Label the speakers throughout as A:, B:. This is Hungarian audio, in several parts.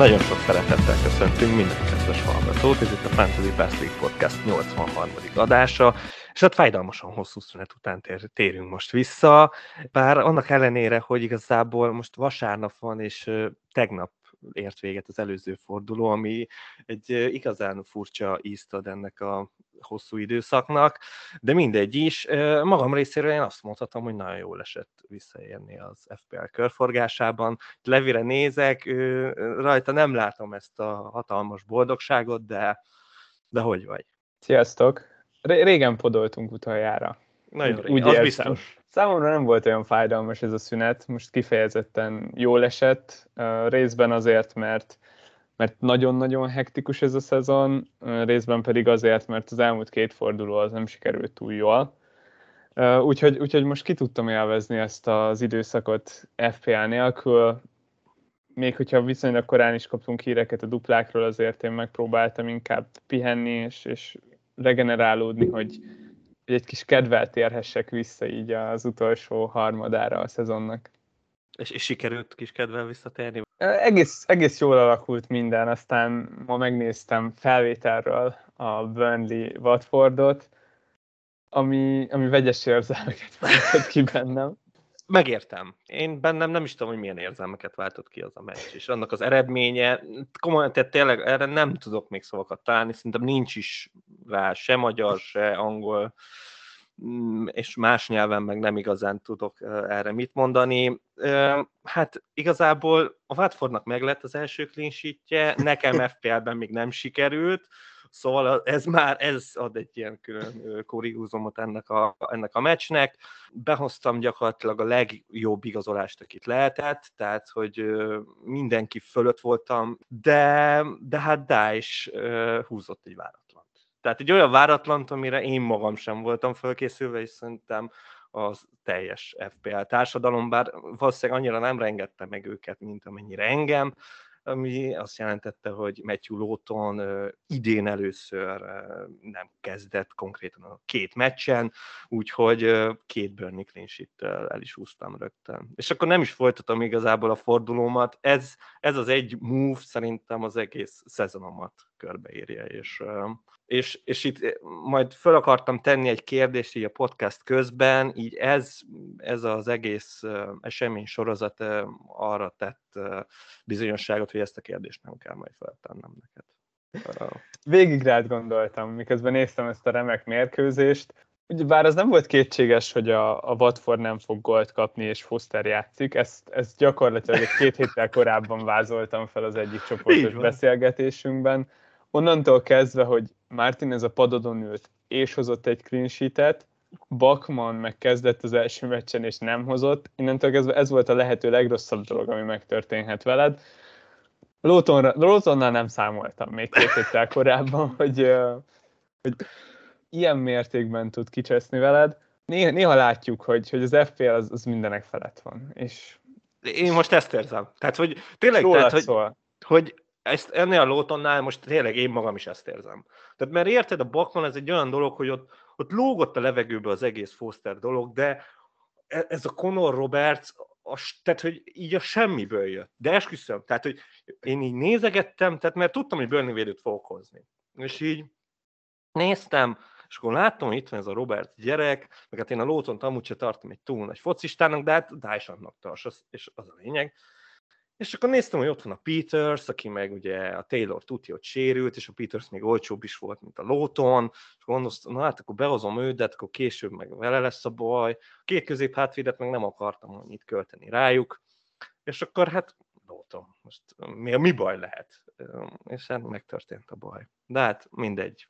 A: Nagyon sok szeretettel köszöntünk minden kedves hallgatót, ez itt a Fantasy Best League Podcast 83. adása, és hát fájdalmasan hosszú szünet után térünk most vissza, bár annak ellenére, hogy igazából most vasárnap van, és tegnap ért véget az előző forduló, ami egy igazán furcsa ízt ad ennek a hosszú időszaknak, de mindegy is. Magam részéről én azt mondhatom, hogy nagyon jól esett visszaérni az FPL körforgásában. Levire nézek, rajta nem látom ezt a hatalmas boldogságot, de hogy vagy?
B: Sziasztok! Régen podoltunk utoljára.
A: Nagyon régen,
B: úgy
A: az
B: érzem.
A: biztos.
B: Számomra nem volt olyan fájdalmas ez a szünet, most kifejezetten jól esett, részben azért, mert nagyon-nagyon hektikus ez a szezon, részben pedig azért, mert az elmúlt két forduló az nem sikerült túl jól. Úgyhogy most ki tudtam élvezni ezt az időszakot FPL nélkül, még hogyha viszonylag korán is kaptunk híreket a duplákról, azért én megpróbáltam inkább pihenni és regenerálódni, hogy egy kis kedvel térhessek vissza így az utolsó harmadára a szezonnak.
A: És sikerült kis kedvel visszatérni?
B: Egész jól alakult minden, aztán ma megnéztem felvételről a Burnley-Watfordot, ami vegyes érzelmeket váltott ki bennem.
A: Megértem. Én bennem nem is tudom, hogy milyen érzelmeket váltott ki az a meccs, és annak az eredménye, komolyan, tehát tényleg erre nem tudok még szavakat találni, szerintem nincs is rá se magyar, se angol, és más nyelven meg nem igazán tudok erre mit mondani. Hát igazából a Watfordnak meg lett az első clean sheetje, nekem FPL-ben még nem sikerült, szóval ez ad egy ilyen külön kuriózumot ennek a meccsnek. Behoztam gyakorlatilag a legjobb igazolást, akit lehetett, tehát hogy mindenki fölött voltam, de hát Daesh húzott egy váratlant. Tehát egy olyan váratlant, amire én magam sem voltam fölkészülve, és szerintem az teljes FPL társadalom, bár valószínűleg annyira nem rengette meg őket, mint amennyire engem, ami azt jelentette, hogy Matthew Lawton idén először nem kezdett konkrétan a két meccsen, úgyhogy két Burnley clean sheet-tel el is húztam rögtön. És akkor nem is folytatom igazából a fordulómat, ez az egy move szerintem az egész szezonomat körbeírja, és itt majd föl akartam tenni egy kérdést így a podcast közben, így ez az egész esemény sorozat arra tett bizonyosságot, hogy ezt a kérdést nem kell majd feltennem neked.
B: Végig rád gondoltam, miközben néztem ezt a remek mérkőzést. Bár az nem volt kétséges, hogy a Watford nem fog gólt kapni, és Foster játszik. Ezt gyakorlatilag egy 2 héttel korábban vázoltam fel az egyik csoportos beszélgetésünkben. Onnantól kezdve, hogy Martinez a padodon ült, és hozott egy clean sheetet, Bachmann meg kezdett az első meccsen, és nem hozott. Innentől kezdve ez volt a lehető legrosszabb dolog, ami megtörténhet veled. Lawtonnal nem számoltam még 2 héttel korábban, hogy ilyen mértékben tud kicseszni veled. Néha látjuk, hogy az FPL az mindenek felett van. És
A: én most ezt érzem. Tehát, hogy tényleg, hogy ezt ennél a Lawtonnál most tényleg én magam is ezt érzem. Tehát mert érted, a Bachmann ez egy olyan dolog, hogy ott lógott a levegőbe az egész Foster dolog, de ez a Connor Roberts, tehát, hogy így a semmiből jött. De esküszöm, tehát, hogy én így nézegettem, tehát mert tudtam, hogy Burnley védőt fogok hozni. És így néztem, és akkor láttam, hogy itt van ez a Robert gyerek, meg hát én a Lawtont amúgy se tartom egy túl nagy focistának, de hát Dyson-nak tars, és az a lényeg. És akkor néztem, hogy ott van a Peters, aki meg ugye a Taylor tudja, hogy sérült, és a Peters még olcsóbb is volt, mint a Lawton, és gondoltam, na hát akkor behozom őt, de akkor később meg vele lesz a baj. A két közép hátvédet meg nem akartam annyit költeni rájuk, és akkor hát Lawton, most mi baj lehet? És hát megtörtént a baj. De hát mindegy.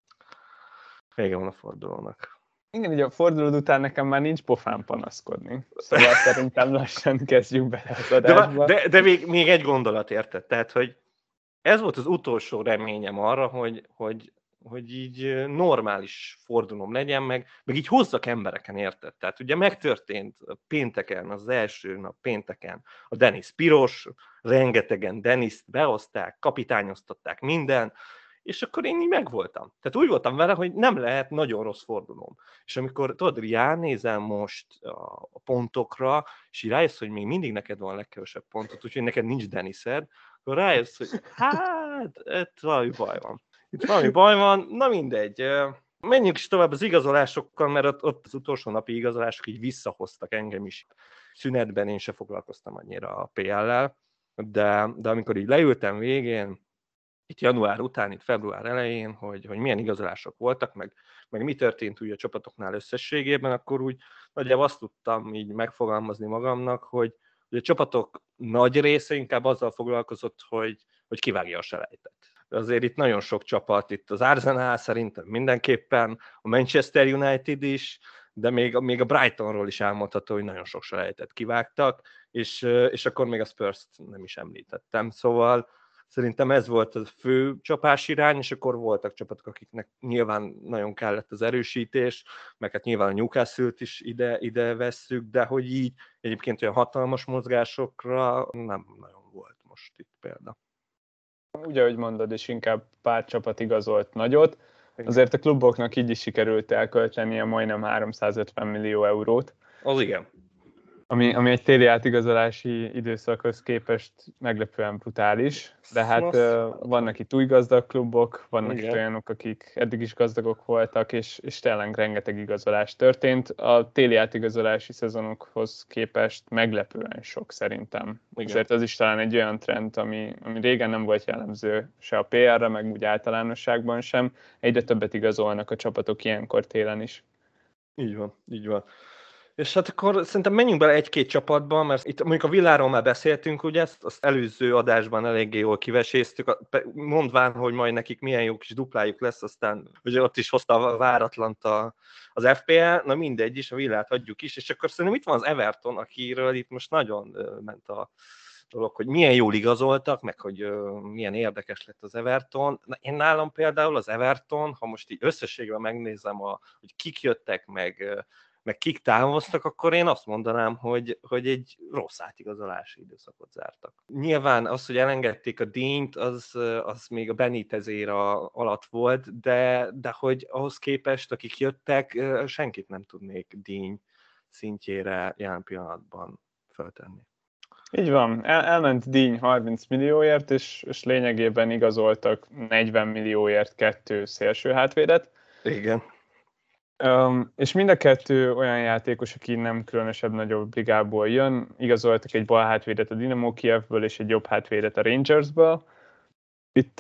A: Vége van a fordulónak.
B: Igen, ugye a fordulód után nekem már nincs pofán panaszkodni. Szóval szerintem lassan kezdjünk bele az adásba.
A: De még egy gondolat, érted? Tehát, hogy ez volt az utolsó reményem arra, hogy így normális fordulóm legyen, meg így hozzak embereken, érted? Tehát ugye megtörtént pénteken, az első nap pénteken a Dennis Piros, rengetegen Dennis behozták, kapitányoztatták minden, és akkor én így megvoltam. Tehát úgy voltam vele, hogy nem lehet nagyon rossz fordulóm. És amikor tudod, ránézel most a pontokra, és így rájössz, hogy még mindig neked van a legkevesebb pontot, úgyhogy neked nincs Dennised, akkor rájössz, hogy hát, itt valami baj van. Itt valami baj van, na mindegy. Menjünk is tovább az igazolásokkal, mert ott az utolsó napi igazolások így visszahoztak engem is. Szünetben én se foglalkoztam annyira a PL-lel, de amikor így leültem végén, itt január után, itt február elején, hogy milyen igazolások voltak, meg mi történt úgy a csapatoknál összességében, akkor úgy nagyjából azt tudtam így megfogalmazni magamnak, hogy a csapatok nagy része inkább azzal foglalkozott, hogy kivágja a selejtet. Azért itt nagyon sok csapat, itt az Arsenal szerintem mindenképpen, a Manchester United is, de még a Brightonról is elmondható, hogy nagyon sok selejtet kivágtak, és akkor még a Spurs-t nem is említettem. Szóval szerintem ez volt a fő csapásirány, és akkor voltak csapatok, akiknek nyilván nagyon kellett az erősítés, meg hát nyilván a Newcastle-t is ide vesszük, de hogy így egyébként olyan hatalmas mozgásokra nem nagyon volt most itt példa.
B: Úgy, ahogy mondod, és inkább pár csapat igazolt nagyot. Azért a kluboknak így is sikerült elköltenie majdnem 350 millió eurót.
A: Az igen.
B: Ami egy téli átigazolási időszakhoz képest meglepően brutális, de hát vannak itt új gazdag klubok, vannak itt olyanok, akik eddig is gazdagok voltak, és tényleg rengeteg igazolás történt. A téli átigazolási szezonokhoz képest meglepően sok szerintem. Igen. Ezért az is talán egy olyan trend, ami régen nem volt jellemző se a PR-re, meg úgy általánosságban sem. Egyre többet igazolnak a csapatok ilyenkor télen is.
A: Így van. És hát akkor szerintem menjünk bele egy-két csapatban, mert itt mondjuk a Villáról már beszéltünk, ugye, azt előző adásban eléggé jól kiveséztük, mondván, hogy majd nekik milyen jó kis duplájuk lesz, aztán ugye ott is hozta a váratlant az FPL, na mindegy is, a Villát hagyjuk is, és akkor szerintem itt van az Everton, akiről itt most nagyon ment a dolog, hogy milyen jól igazoltak, meg hogy milyen érdekes lett az Everton. Én nálam például az Everton, ha most így összességben megnézem, hogy kik jöttek, meg kik távoztak, akkor én azt mondanám, hogy egy rossz átigazolási időszakot zártak. Nyilván az, hogy elengedték a Dínyt, az még a Benitez éra alatt volt, de hogy ahhoz képest, akik jöttek, senkit nem tudnék Díny szintjére jelen pillanatban föltenni.
B: Így van, elment Díny 30 millióért, és lényegében igazoltak 40 millióért 2 szélső hátvédet.
A: Igen.
B: És mind a kettő olyan játékos, aki nem különösebb nagyobb ligából jön. Igazoltak egy bal hátvédet a Dinamo Kijevből és egy jobb hátvédet a Rangersből. Itt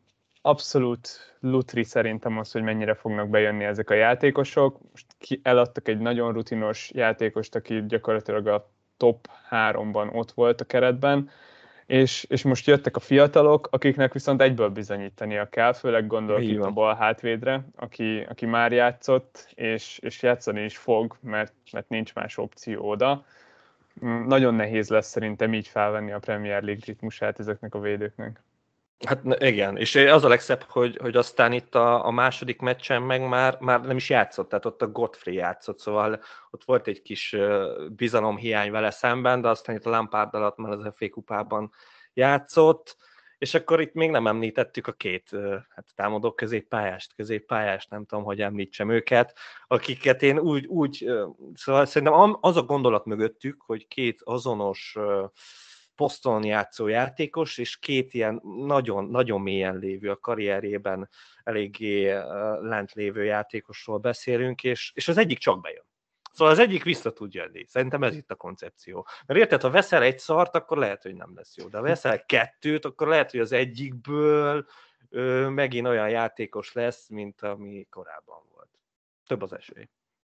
B: abszolút lutri szerintem az, hogy mennyire fognak bejönni ezek a játékosok. Most eladtak egy nagyon rutinos játékost, aki gyakorlatilag a top 3-ban ott volt a keretben, és most jöttek a fiatalok, akiknek viszont egyből bizonyítania kell, főleg gondolok itt a bal hátvédre, aki már játszott, és játszani is fog, mert nincs más opció oda. Nagyon nehéz lesz szerintem így felvenni a Premier League ritmusát ezeknek a védőknek.
A: Hát igen, és az a legszebb, hogy aztán itt a második meccsen meg már nem is játszott, tehát ott a Godfrey játszott, szóval ott volt egy kis bizalomhiány vele szemben, de aztán itt a Lampard alatt már az FA kupában játszott, és akkor itt még nem említettük a két támadó középpályást, nem tudom, hogy említsem őket, akiket én úgy szóval szerintem az a gondolat mögöttük, hogy két azonos poszton játszó játékos, és két ilyen nagyon, nagyon mélyen lévő, a karrierjében eléggé lent lévő játékosról beszélünk, és az egyik csak bejön. Szóval az egyik vissza tud jönni. Szerintem ez itt a koncepció. Mert érted, ha veszel egy szart, akkor lehet, hogy nem lesz jó. De ha veszel kettőt, akkor lehet, hogy az egyikből megint olyan játékos lesz, mint ami korábban volt. Több az esély.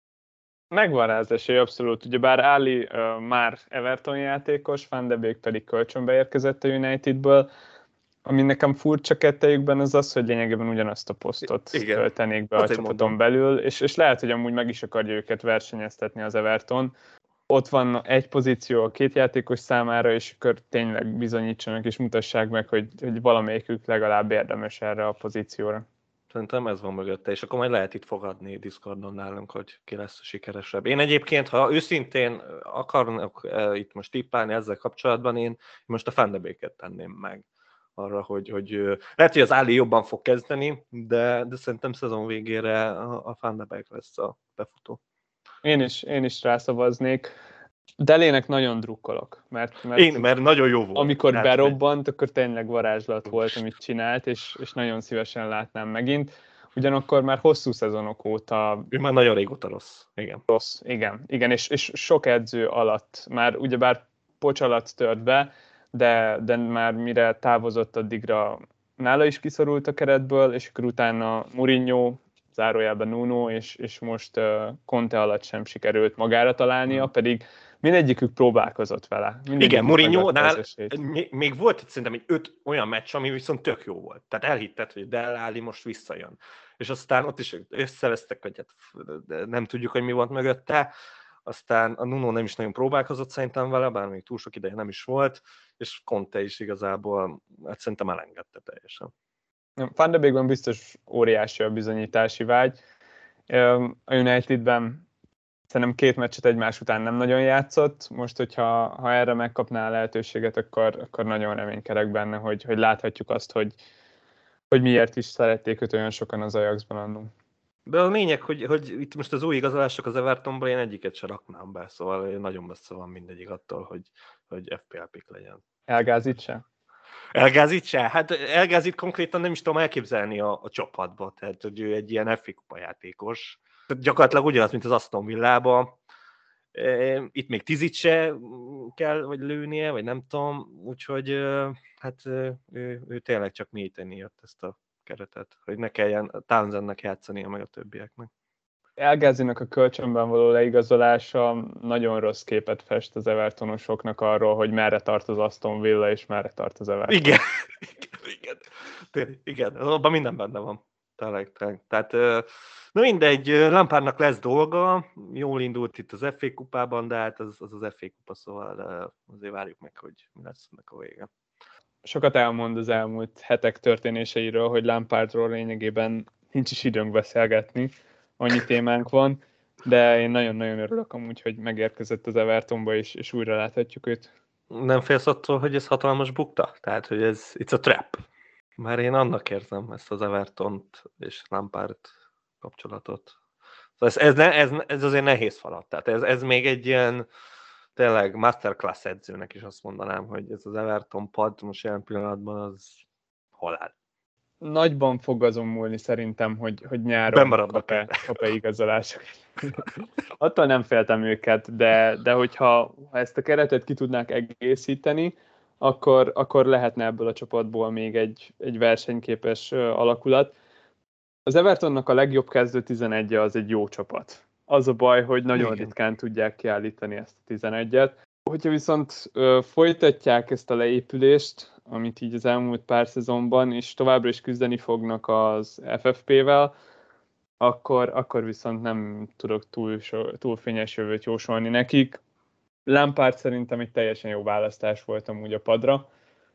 B: Megvan rá az esély, abszolút. Ugyebár Ali már Everton játékos, Van de Beek pedig kölcsönbe érkezett a Unitedből. Ami nekem furcsa kettejükben az, hogy lényegében ugyanazt a posztot töltenék be a csapaton belül, és lehet, hogy amúgy meg is akarja őket versenyeztetni az Everton. Ott van egy pozíció a két játékos számára, és akkor tényleg bizonyítsanak és mutassák meg, hogy valamelyikük legalább érdemes erre a pozícióra.
A: Szerintem ez van mögötte, és akkor majd lehet itt fogadni Discordon nálunk, hogy ki lesz a sikeresebb. Én egyébként, ha őszintén akarnak itt most tippálni ezzel kapcsolatban, én most a Van de Beeket tenném meg arra, hogy lehet, hogy az Ali jobban fog kezdeni, de szerintem szezon végére a Van de Beek lesz a befutó.
B: Én is rászavaznék. Delének nagyon drukkolok, mert
A: Mert nagyon jó volt.
B: amikor
A: Tehát,
B: berobbant, akkor tényleg varázslat volt, amit csinált, és nagyon szívesen látnám megint. Ugyanakkor már hosszú szezonok óta
A: ő már nagyon régóta rossz. Igen.
B: rossz, igen, és sok edző alatt, már ugyebár Pocs alatt tört be, de már mire távozott addigra nála is kiszorult a keretből, és akkor utána Mourinho, zárójelben Nuno, és most Conte alatt sem sikerült magára találnia, pedig mindegyikük próbálkozott vele.
A: Igen, Mourinho-nál
B: esélyt.
A: még volt szerintem egy 5 olyan meccs, ami viszont tök jó volt. Tehát elhitted, hogy Dele Alli most visszajön. És aztán ott is összevesztek, hogy hát nem tudjuk, hogy mi volt mögötte. Aztán a Nuno nem is nagyon próbálkozott szerintem vele, bár még túl sok ideje nem is volt, és Conte is igazából hát szerintem elengedte teljesen.
B: Van de Beekben biztos óriási a bizonyítási vágy. A Unitedben szerintem 2 meccset egymás után nem nagyon játszott. Most, hogyha erre megkapná a lehetőséget, akkor nagyon reménykedek benne, hogy láthatjuk azt, hogy miért is szerették őt olyan sokan az Ajaxban annól.
A: De a lényeg, hogy itt most az új igazolások az Evertonban, én egyiket se raknám be, szóval nagyon messze van mindegyik attól, hogy FPL pick legyen.
B: Elgázít se?
A: Elgázít se? Hát Elgázít konkrétan nem is tudom elképzelni a csapatba, tehát hogy ő egy ilyen FA Kupa játékos. Tehát gyakorlatilag ugyanaz, mint az Aston Villában. Itt még 10 se kell, vagy lőnie, vagy nem tudom, úgyhogy hát ő tényleg csak mélyíteni jött ezt a keretet, hogy ne kelljen Townsendnek játszania meg a többieknek.
B: Elgázinak a kölcsönben való leigazolása nagyon rossz képet fest az Evertonosoknak arról, hogy merre tart az Aston Villa, és merre tart az Everton.
A: Igen, abban minden benne van. Tényleg. Tehát, na mindegy, Lampardnak lesz dolga, jól indult itt az FA kupában, de hát az FA kupa, szóval azért várjuk meg, hogy mi lesz ennek a vége.
B: Sokat elmond az elmúlt hetek történéseiről, hogy Lampardról lényegében nincs is időnk beszélgetni, annyi témánk van, de én nagyon-nagyon örülök amúgy, hogy megérkezett az Evertonba, és újra láthatjuk őt.
A: Nem félsz attól, hogy ez hatalmas bukta? Tehát, hogy ez it's a trap? Már én annak érzem ezt az Evertont és Lampard kapcsolatot. Szóval ez azért nehéz falat. Tehát ez még egy ilyen tényleg masterclass edzőnek is azt mondanám, hogy ez az Everton pad most jelen pillanatban az halál.
B: Nagyban fog azon múlni szerintem, hogy nyáron kap-e igazolásokat. Attól nem féltem őket, de hogyha ezt a keretet ki tudnák egészíteni, akkor lehetne ebből a csapatból még egy versenyképes alakulat. Az Evertonnak a legjobb kezdő 11-je az egy jó csapat. Az a baj, hogy nagyon ritkán tudják kiállítani ezt a 11-et. Hogyha viszont folytatják ezt a leépülést, amit így az elmúlt pár szezonban, és továbbra is küzdeni fognak az FFP-vel, akkor viszont nem tudok túl fényes jövőt jósolni nekik. Lampard szerintem egy teljesen jó választás volt amúgy a padra.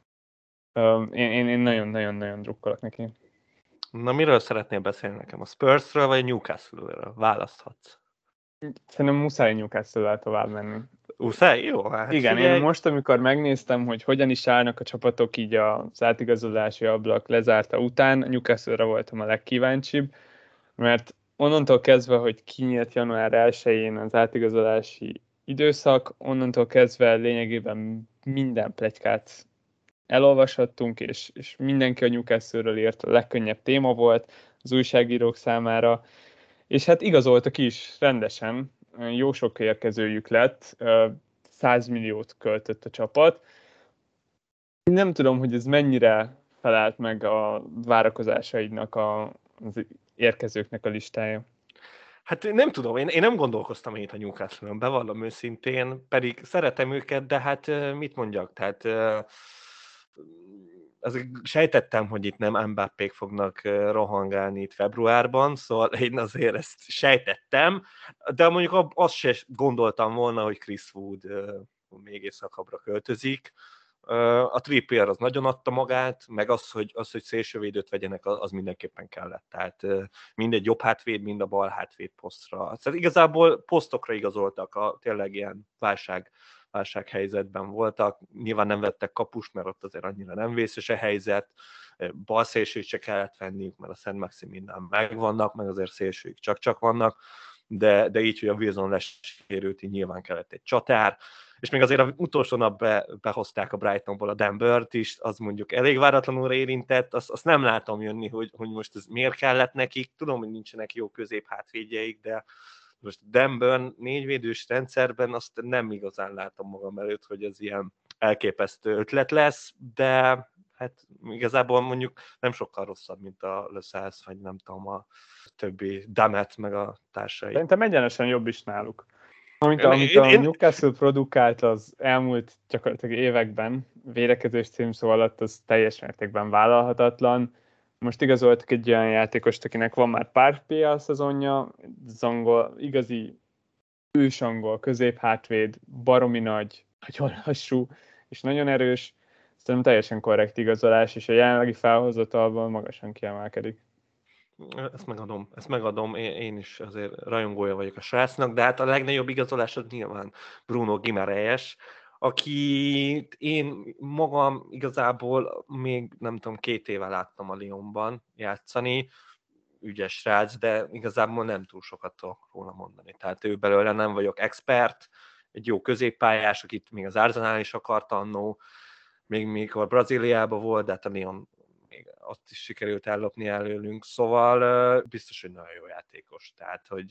B: Én nagyon-nagyon drukkolok neki.
A: Na, miről szeretnél beszélni nekem? A Spursről vagy a Newcastle-ről? Választhatsz.
B: Szerintem muszáj Newcastle-vel tovább menni.
A: Muszáj? Jó, hát
B: igen,
A: figyelj.
B: Én most, amikor megnéztem, hogy hogyan is állnak a csapatok így az átigazolási ablak lezárta után, Newcastle-re voltam a legkíváncsibb, mert onnantól kezdve, hogy kinyílt január 1-én az átigazolási időszak, onnantól kezdve lényegében minden pletykát elolvashattunk, és mindenki a Newcastle-ről írt, a legkönnyebb téma volt az újságírók számára, és hát igazoltak is rendesen, jó sok érkezőjük lett, 100 milliót költött a csapat. Nem tudom, hogy ez mennyire felelt meg a várakozásaidnak az érkezőknek a listája.
A: Hát nem tudom, én nem gondolkoztam itt a Newcastle-on, bevallom őszintén, pedig szeretem őket, de hát mit mondjak, tehát azért sejtettem, hogy itt nem Mbappék fognak rohangálni itt februárban, szóval én azért ezt sejtettem, de mondjuk azt se gondoltam volna, hogy Chris Wood még északabbra költözik. A Trippier az nagyon adta magát, meg az, hogy szélsővédőt vegyenek, az mindenképpen kellett. Tehát mindegy jobb hátvéd, mind a bal hátvéd posztra. Tehát igazából posztokra igazoltak, tényleg ilyen válsághelyzetben voltak. Nyilván nem vettek kapust, mert ott azért annyira nem vészes a helyzet. Bal szélsőt se kellett venniük, mert a Szent Maxim minden megvannak, meg azért szélsőik csak vannak. de így, hogy a Wilson lesérült, így nyilván kellett egy csatár, és még azért az utolsó nap behozták a Brightonból a Dan Burt is, az mondjuk elég váratlanul érintett, azt nem látom jönni, hogy most ez miért kellett nekik, tudom, hogy nincsenek jó középhátvédjeik, de most Dan Burn négyvédős rendszerben azt nem igazán látom magam előtt, hogy ez ilyen elképesztő ötlet lesz, de hát igazából mondjuk nem sokkal rosszabb, mint a Lascelles, vagy nem tudom, a többi Damet, meg a társai.
B: Szerintem egyenesen jobb is náluk. Amit a Newcastle produkált az elmúlt gyakorlatilag években, védekezés címszó alatt, az teljes mértékben vállalhatatlan. Most igazoltak egy olyan játékost, akinek van már pár PL szezonja, igazi ősangol, középhátvéd, baromi nagy, nagyon lassú, és nagyon erős. Szerintem teljesen korrekt igazolás, és a jelenlegi felhozatalban magasan kiemelkedik.
A: Ezt megadom, én is azért rajongója vagyok a srácnak, de hát a legnagyobb igazolás az nyilván Bruno Guimaraes, akit én magam igazából még nem tudom, 2 éve láttam a Lyonban játszani, ügyes srác, de igazából nem túl sokat tudok róla mondani. Tehát ő belőle nem vagyok expert, egy jó középpályás, akit még az Arsenal is akart annó, még mikor Brazíliában volt, de hát a Lyon még azt is sikerült ellopni előlünk, szóval biztos, hogy nagyon jó játékos. Tehát, hogy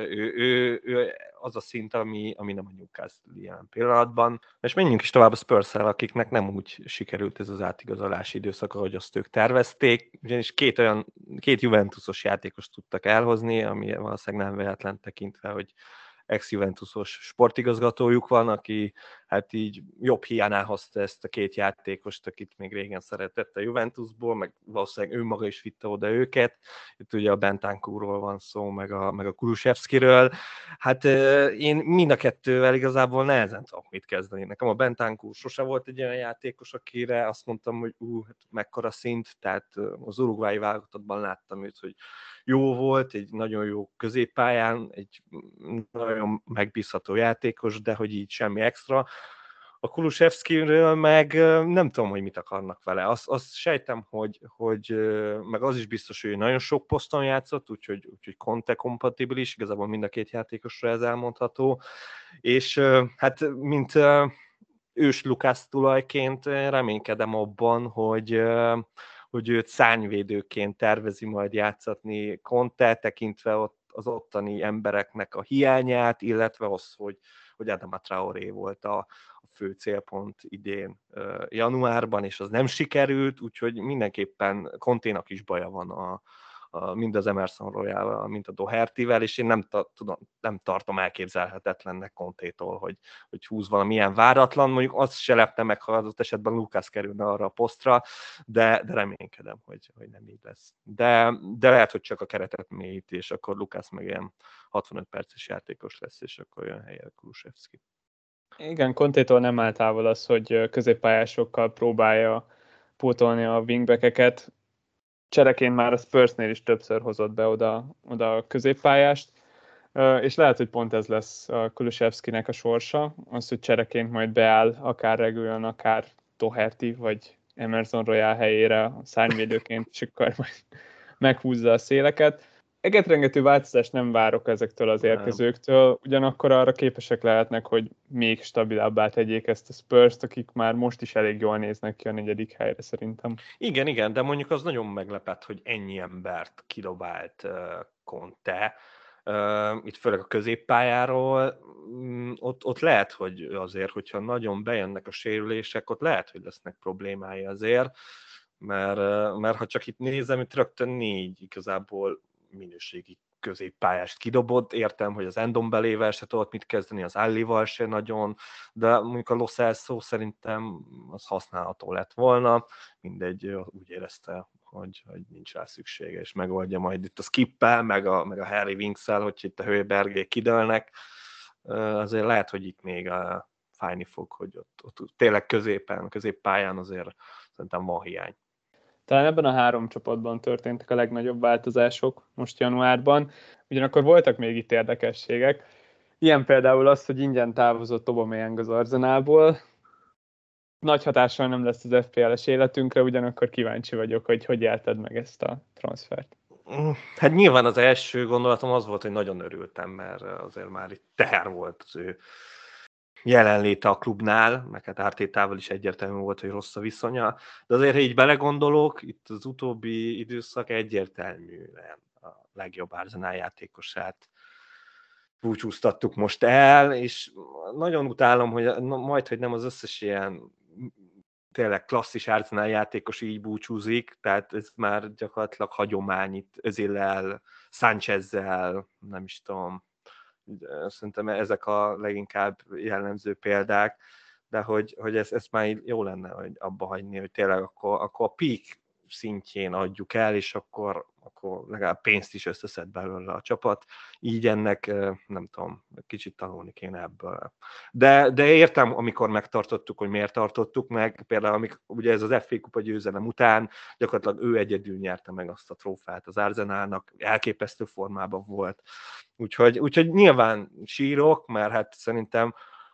A: ő az a szint, ami nem a Newcastle ilyen pillanatban. És menjünk is tovább a Spurs-el, akiknek nem úgy sikerült ez az átigazolási időszak, ahogy azt ők tervezték, ugyanis két Juventusos játékost tudtak elhozni, ami valószínűleg nem véletlen tekintve, hogy ex-Juventusos sportigazgatójuk van, aki hát így jobb hiánál hozta ezt a 2 játékost, akit még régen szeretett a Juventusból, meg valószínűleg ő maga is vitte oda őket. Itt ugye a Bentancurról van szó, meg a Kulusevskiről. Hát én mind a kettővel igazából nehezen tudok mit kezdeni. Nekem a Bentancur sose volt egy olyan játékos, akire azt mondtam, hogy hát mekkora szint, tehát az uruguayi válogatottban láttam őt, hogy jó volt, egy nagyon jó középpályán, egy nagyon megbízható játékos, de hogy így semmi extra. A Kulusevskiről meg nem tudom, hogy mit akarnak vele. Azt sejtem, hogy meg az is biztos, hogy nagyon sok poszton játszott, úgyhogy Conte kompatibilis, igazából mind a 2 játékosra ez elmondható. És hát mint ős Lukács tulajként reménykedem abban, hogy őt szárnyvédőként tervezi majd játszatni Conte, tekintve ott az ottani embereknek a hiányát, illetve az, hogy Adama Traoré volt a fő célpont idén januárban, és az nem sikerült, úgyhogy mindenképpen Conténak is baja van mind az Emerson Royal-val, mint a Doherty-vel, és én nem tartom elképzelhetetlennek Contétól, hogy húz valamilyen váratlan, mondjuk azt se lepne meg, ha adott esetben Lucas kerülne arra a posztra, de reménykedem, hogy nem így lesz. De lehet, hogy csak a keretet mélyíti, és akkor Lucas meg ilyen 65 perces játékos lesz, és akkor jön helyre Kulusevski.
B: Igen, Contétól nem áll távol az, hogy középpályásokkal próbálja pótolni a wingbackeket. Csereként már a Spursnél is többször hozott be oda a középpályást, és lehet, hogy pont ez lesz a Kulusevskinek a sorsa, az, hogy csereként majd beáll, akár Reguilon, akár Doherty, vagy Emerson Royal helyére a szárnyvédőként, és akkor majd meghúzza a széleket. Egetrengető változást nem várok ezektől az érkezőktől, ugyanakkor arra képesek lehetnek, hogy még stabilabbá tegyék ezt a Spurs-t, akik már most is elég jól néznek ki a 4. helyre szerintem.
A: Igen, de mondjuk az nagyon meglepett, hogy ennyi embert kidobált Conte, itt főleg a középpályáról, ott lehet, hogy azért, hogyha nagyon bejönnek a sérülések, ott lehet, hogy lesznek problémái azért, mert ha csak itt nézem, itt rögtön 4 igazából minőségi középpályást kidobott, értem, hogy az Endombelével se tudott mit kezdeni, az Allival se nagyon, de mondjuk a Lo Celso szerintem az használható lett volna, mindegy, úgy érezte, hogy nincs rá szüksége, és megoldja majd itt a Skippel, meg a Harry Winks-el, hogy itt a Hőbergék kidőlnek, azért lehet, hogy itt még fájni fog, hogy ott tényleg középpályán azért szerintem van hiány.
B: Talán ebben a 3 csapatban történtek a legnagyobb változások most januárban, ugyanakkor voltak még itt érdekességek. Ilyen például az, hogy ingyen távozott Aubameyang az Arsenalból. Nagy hatással nem lesz az FPL-es életünkre, ugyanakkor kíváncsi vagyok, hogy élted meg ezt a transfert.
A: Hát nyilván az első gondolatom az volt, hogy nagyon örültem, mert azért már itt teher volt az ő jelenléte a klubnál, meg hát Artétával is egyértelmű volt, hogy rossz a viszonya, de azért, ha így belegondolok, itt az utóbbi időszak egyértelműen a legjobb Arsenal játékosát búcsúztattuk most el, és nagyon utálom, hogy majdhogy nem az összes ilyen tényleg klasszis Arsenal játékos így búcsúzik, tehát ez már gyakorlatilag hagyomány itt Özillel, Sánchezzel, nem is tudom, szerintem ezek a leginkább jellemző példák, de hogy ezt már jó lenne, hogy abba hagyni, hogy tényleg akkor a peak szintjén adjuk el, és akkor legalább pénzt is összeszed belőle a csapat. Így ennek, nem tudom, kicsit tanulni kéne ebből. De értem, amikor megtartottuk, hogy miért tartottuk meg, például ugye ez az FA Kupa győzelem után gyakorlatilag ő egyedül nyerte meg azt a trófát az Arsenalnak, elképesztő formában volt. Úgyhogy nyilván sírok, mert hát szerintem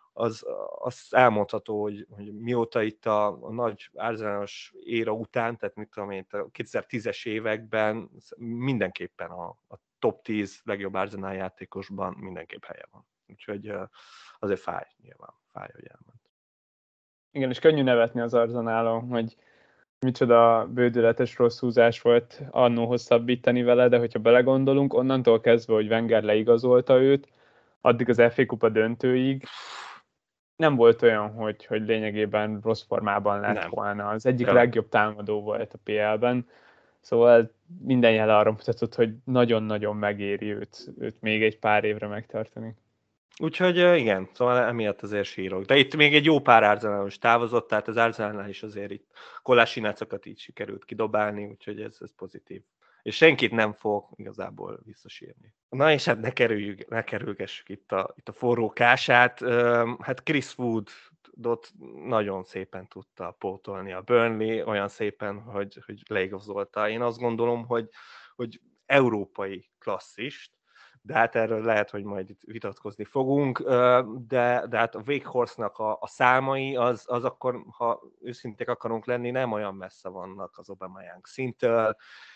A: az elmondható, hogy mióta itt a nagy Arsenalos éra után, tehát mit tudom én, a 2010-es években mindenképpen a top 10 legjobb Arsenal játékosban mindenképp helye van. Úgyhogy azért fáj, nyilván fáj, hogy elment.
B: Igen, és könnyű nevetni az Arsenalon, hogy micsoda bődületes rossz húzás volt annó hosszabbítani vele, de hogyha belegondolunk, onnantól kezdve, hogy Wenger leigazolta őt, addig az FA Kupa döntőig nem volt olyan, hogy lényegében rossz formában lett volna. Az egyik legjobb támadó volt a PL-ben, szóval minden jel arra mutatott, hogy nagyon-nagyon megéri őt még egy pár évre megtartani.
A: Úgyhogy igen, szóval emiatt azért sírok. De itt még egy jó pár Arsenalos távozott, tehát az Arsenalnál is azért itt Kolásinácokat így sikerült kidobálni, úgyhogy ez pozitív. És senkit nem fog igazából visszasírni. Na és hát ne kerülgessük itt a forró kását. Hát Chris Woodot nagyon szépen tudta pótolni a Burnley, olyan szépen, hogy leigazolta. Én azt gondolom, hogy európai klasszist, de hát erről lehet, hogy majd itt vitatkozni fogunk, de hát a Weghorstnak a számai, az akkor, ha őszinték akarunk lenni, nem olyan messze vannak az Aubameyang szinttől,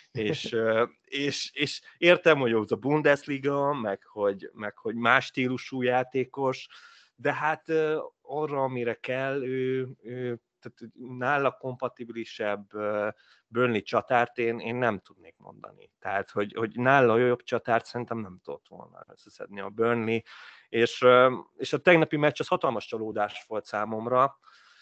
A: és értem, hogy az a Bundesliga, meg hogy más stílusú játékos, de hát arra, amire kell, ő tehát nála kompatibilisebb Burnley csatárt én nem tudnék mondani. Tehát, hogy nála jobb csatárt szerintem nem tudott volna összeszedni a Burnley, és a tegnapi meccs az hatalmas csalódás volt számomra,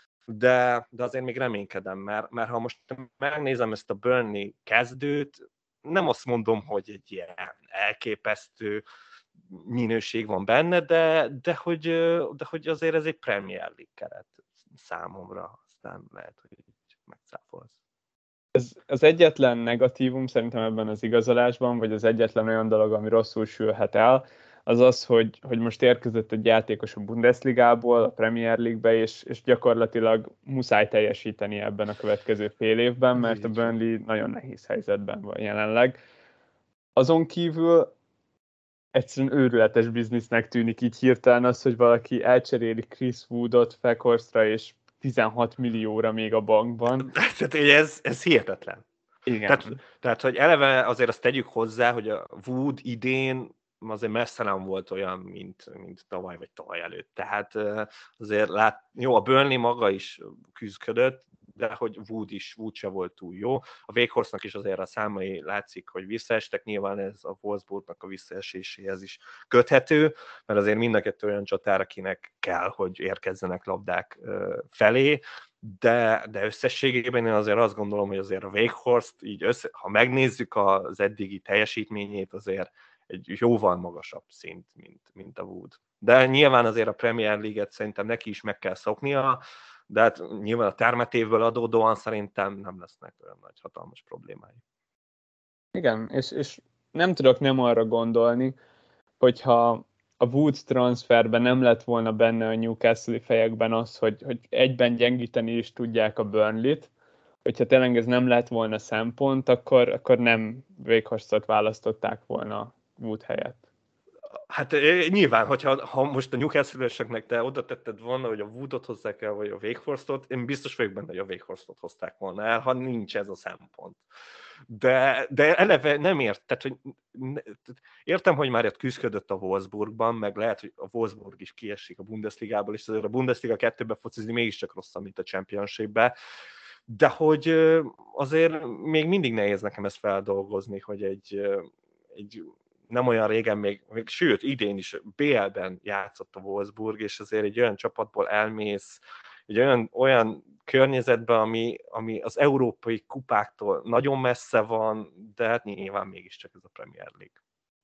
A: de azért még reménykedem, mert ha most megnézem ezt a Burnley kezdőt, nem azt mondom, hogy egy ilyen elképesztő minőség van benne, de hogy azért ez egy Premier League keret számomra, aztán lehet, hogy így megcáfolsz.
B: Ez az egyetlen negatívum szerintem ebben az igazolásban, vagy az egyetlen olyan dolog, ami rosszul sülhet el, az az, hogy most érkezett egy játékos a Bundesligából, a Premier League-be, és gyakorlatilag muszáj teljesíteni ebben a következő fél évben, mert a Burnley nagyon nehéz helyzetben van jelenleg. Azon kívül egyszerűen őrületes biznisznek tűnik így hirtelen az, hogy valaki elcseréli Chris Woodot Weghorstra, és 16 millióra még a bankban.
A: Tehát ez hihetetlen.
B: Igen.
A: Tehát, hogy eleve azért azt tegyük hozzá, hogy a Wood idén azért messze nem volt olyan, mint tavaly vagy tavaly előtt. Tehát azért jó, a Burnley maga is küzdködött, de hogy Wood se volt túl jó. A Weghorstnak is azért a számai látszik, hogy visszaestek, nyilván ez a Wolfsburgnak a visszaeséséhez is köthető, mert azért mind a kettő olyan csatár, akinek kell, hogy érkezzenek labdák felé, de összességében én azért azt gondolom, hogy azért a Weghorst, így ha megnézzük az eddigi teljesítményét, azért egy jóval magasabb szint, mint a Wood. De nyilván azért a Premier League-et szerintem neki is meg kell szoknia, de hát nyilván a termetévből adódóan szerintem nem lesznek olyan nagy hatalmas problémái.
B: Igen, és nem tudok nem arra gondolni, hogyha a Wood transferben nem lett volna benne a Newcastle-i fejekben az, hogy egyben gyengíteni is tudják a Burnley-t, hogyha tényleg ez nem lett volna szempont, akkor nem Weghorst-ot választották volna Wood helyett.
A: Hát nyilván, ha most a Newcastle-öseknek te oda tetted volna, hogy a Woodot hozzák el, vagy a Weghorstot, én biztos vagyok benne, hogy a Weghorstot hozták volna el, ha nincs ez a szempont. De eleve nem tehát, hogy értem, hogy már ott küzdött a Wolfsburgban, meg lehet, hogy a Wolfsburg is kiesik a Bundesligából, és azért a Bundesliga 2-be focizni mégiscsak rosszabb, mint a Championship-be, de hogy azért még mindig nehéz nekem ezt feldolgozni, hogy egy nem olyan régen sőt, idén is BL-ben játszott a Wolfsburg, és azért egy olyan csapatból elmész, egy olyan környezetben, ami az európai kupáktól nagyon messze van, de hát nyilván mégiscsak ez a Premier League.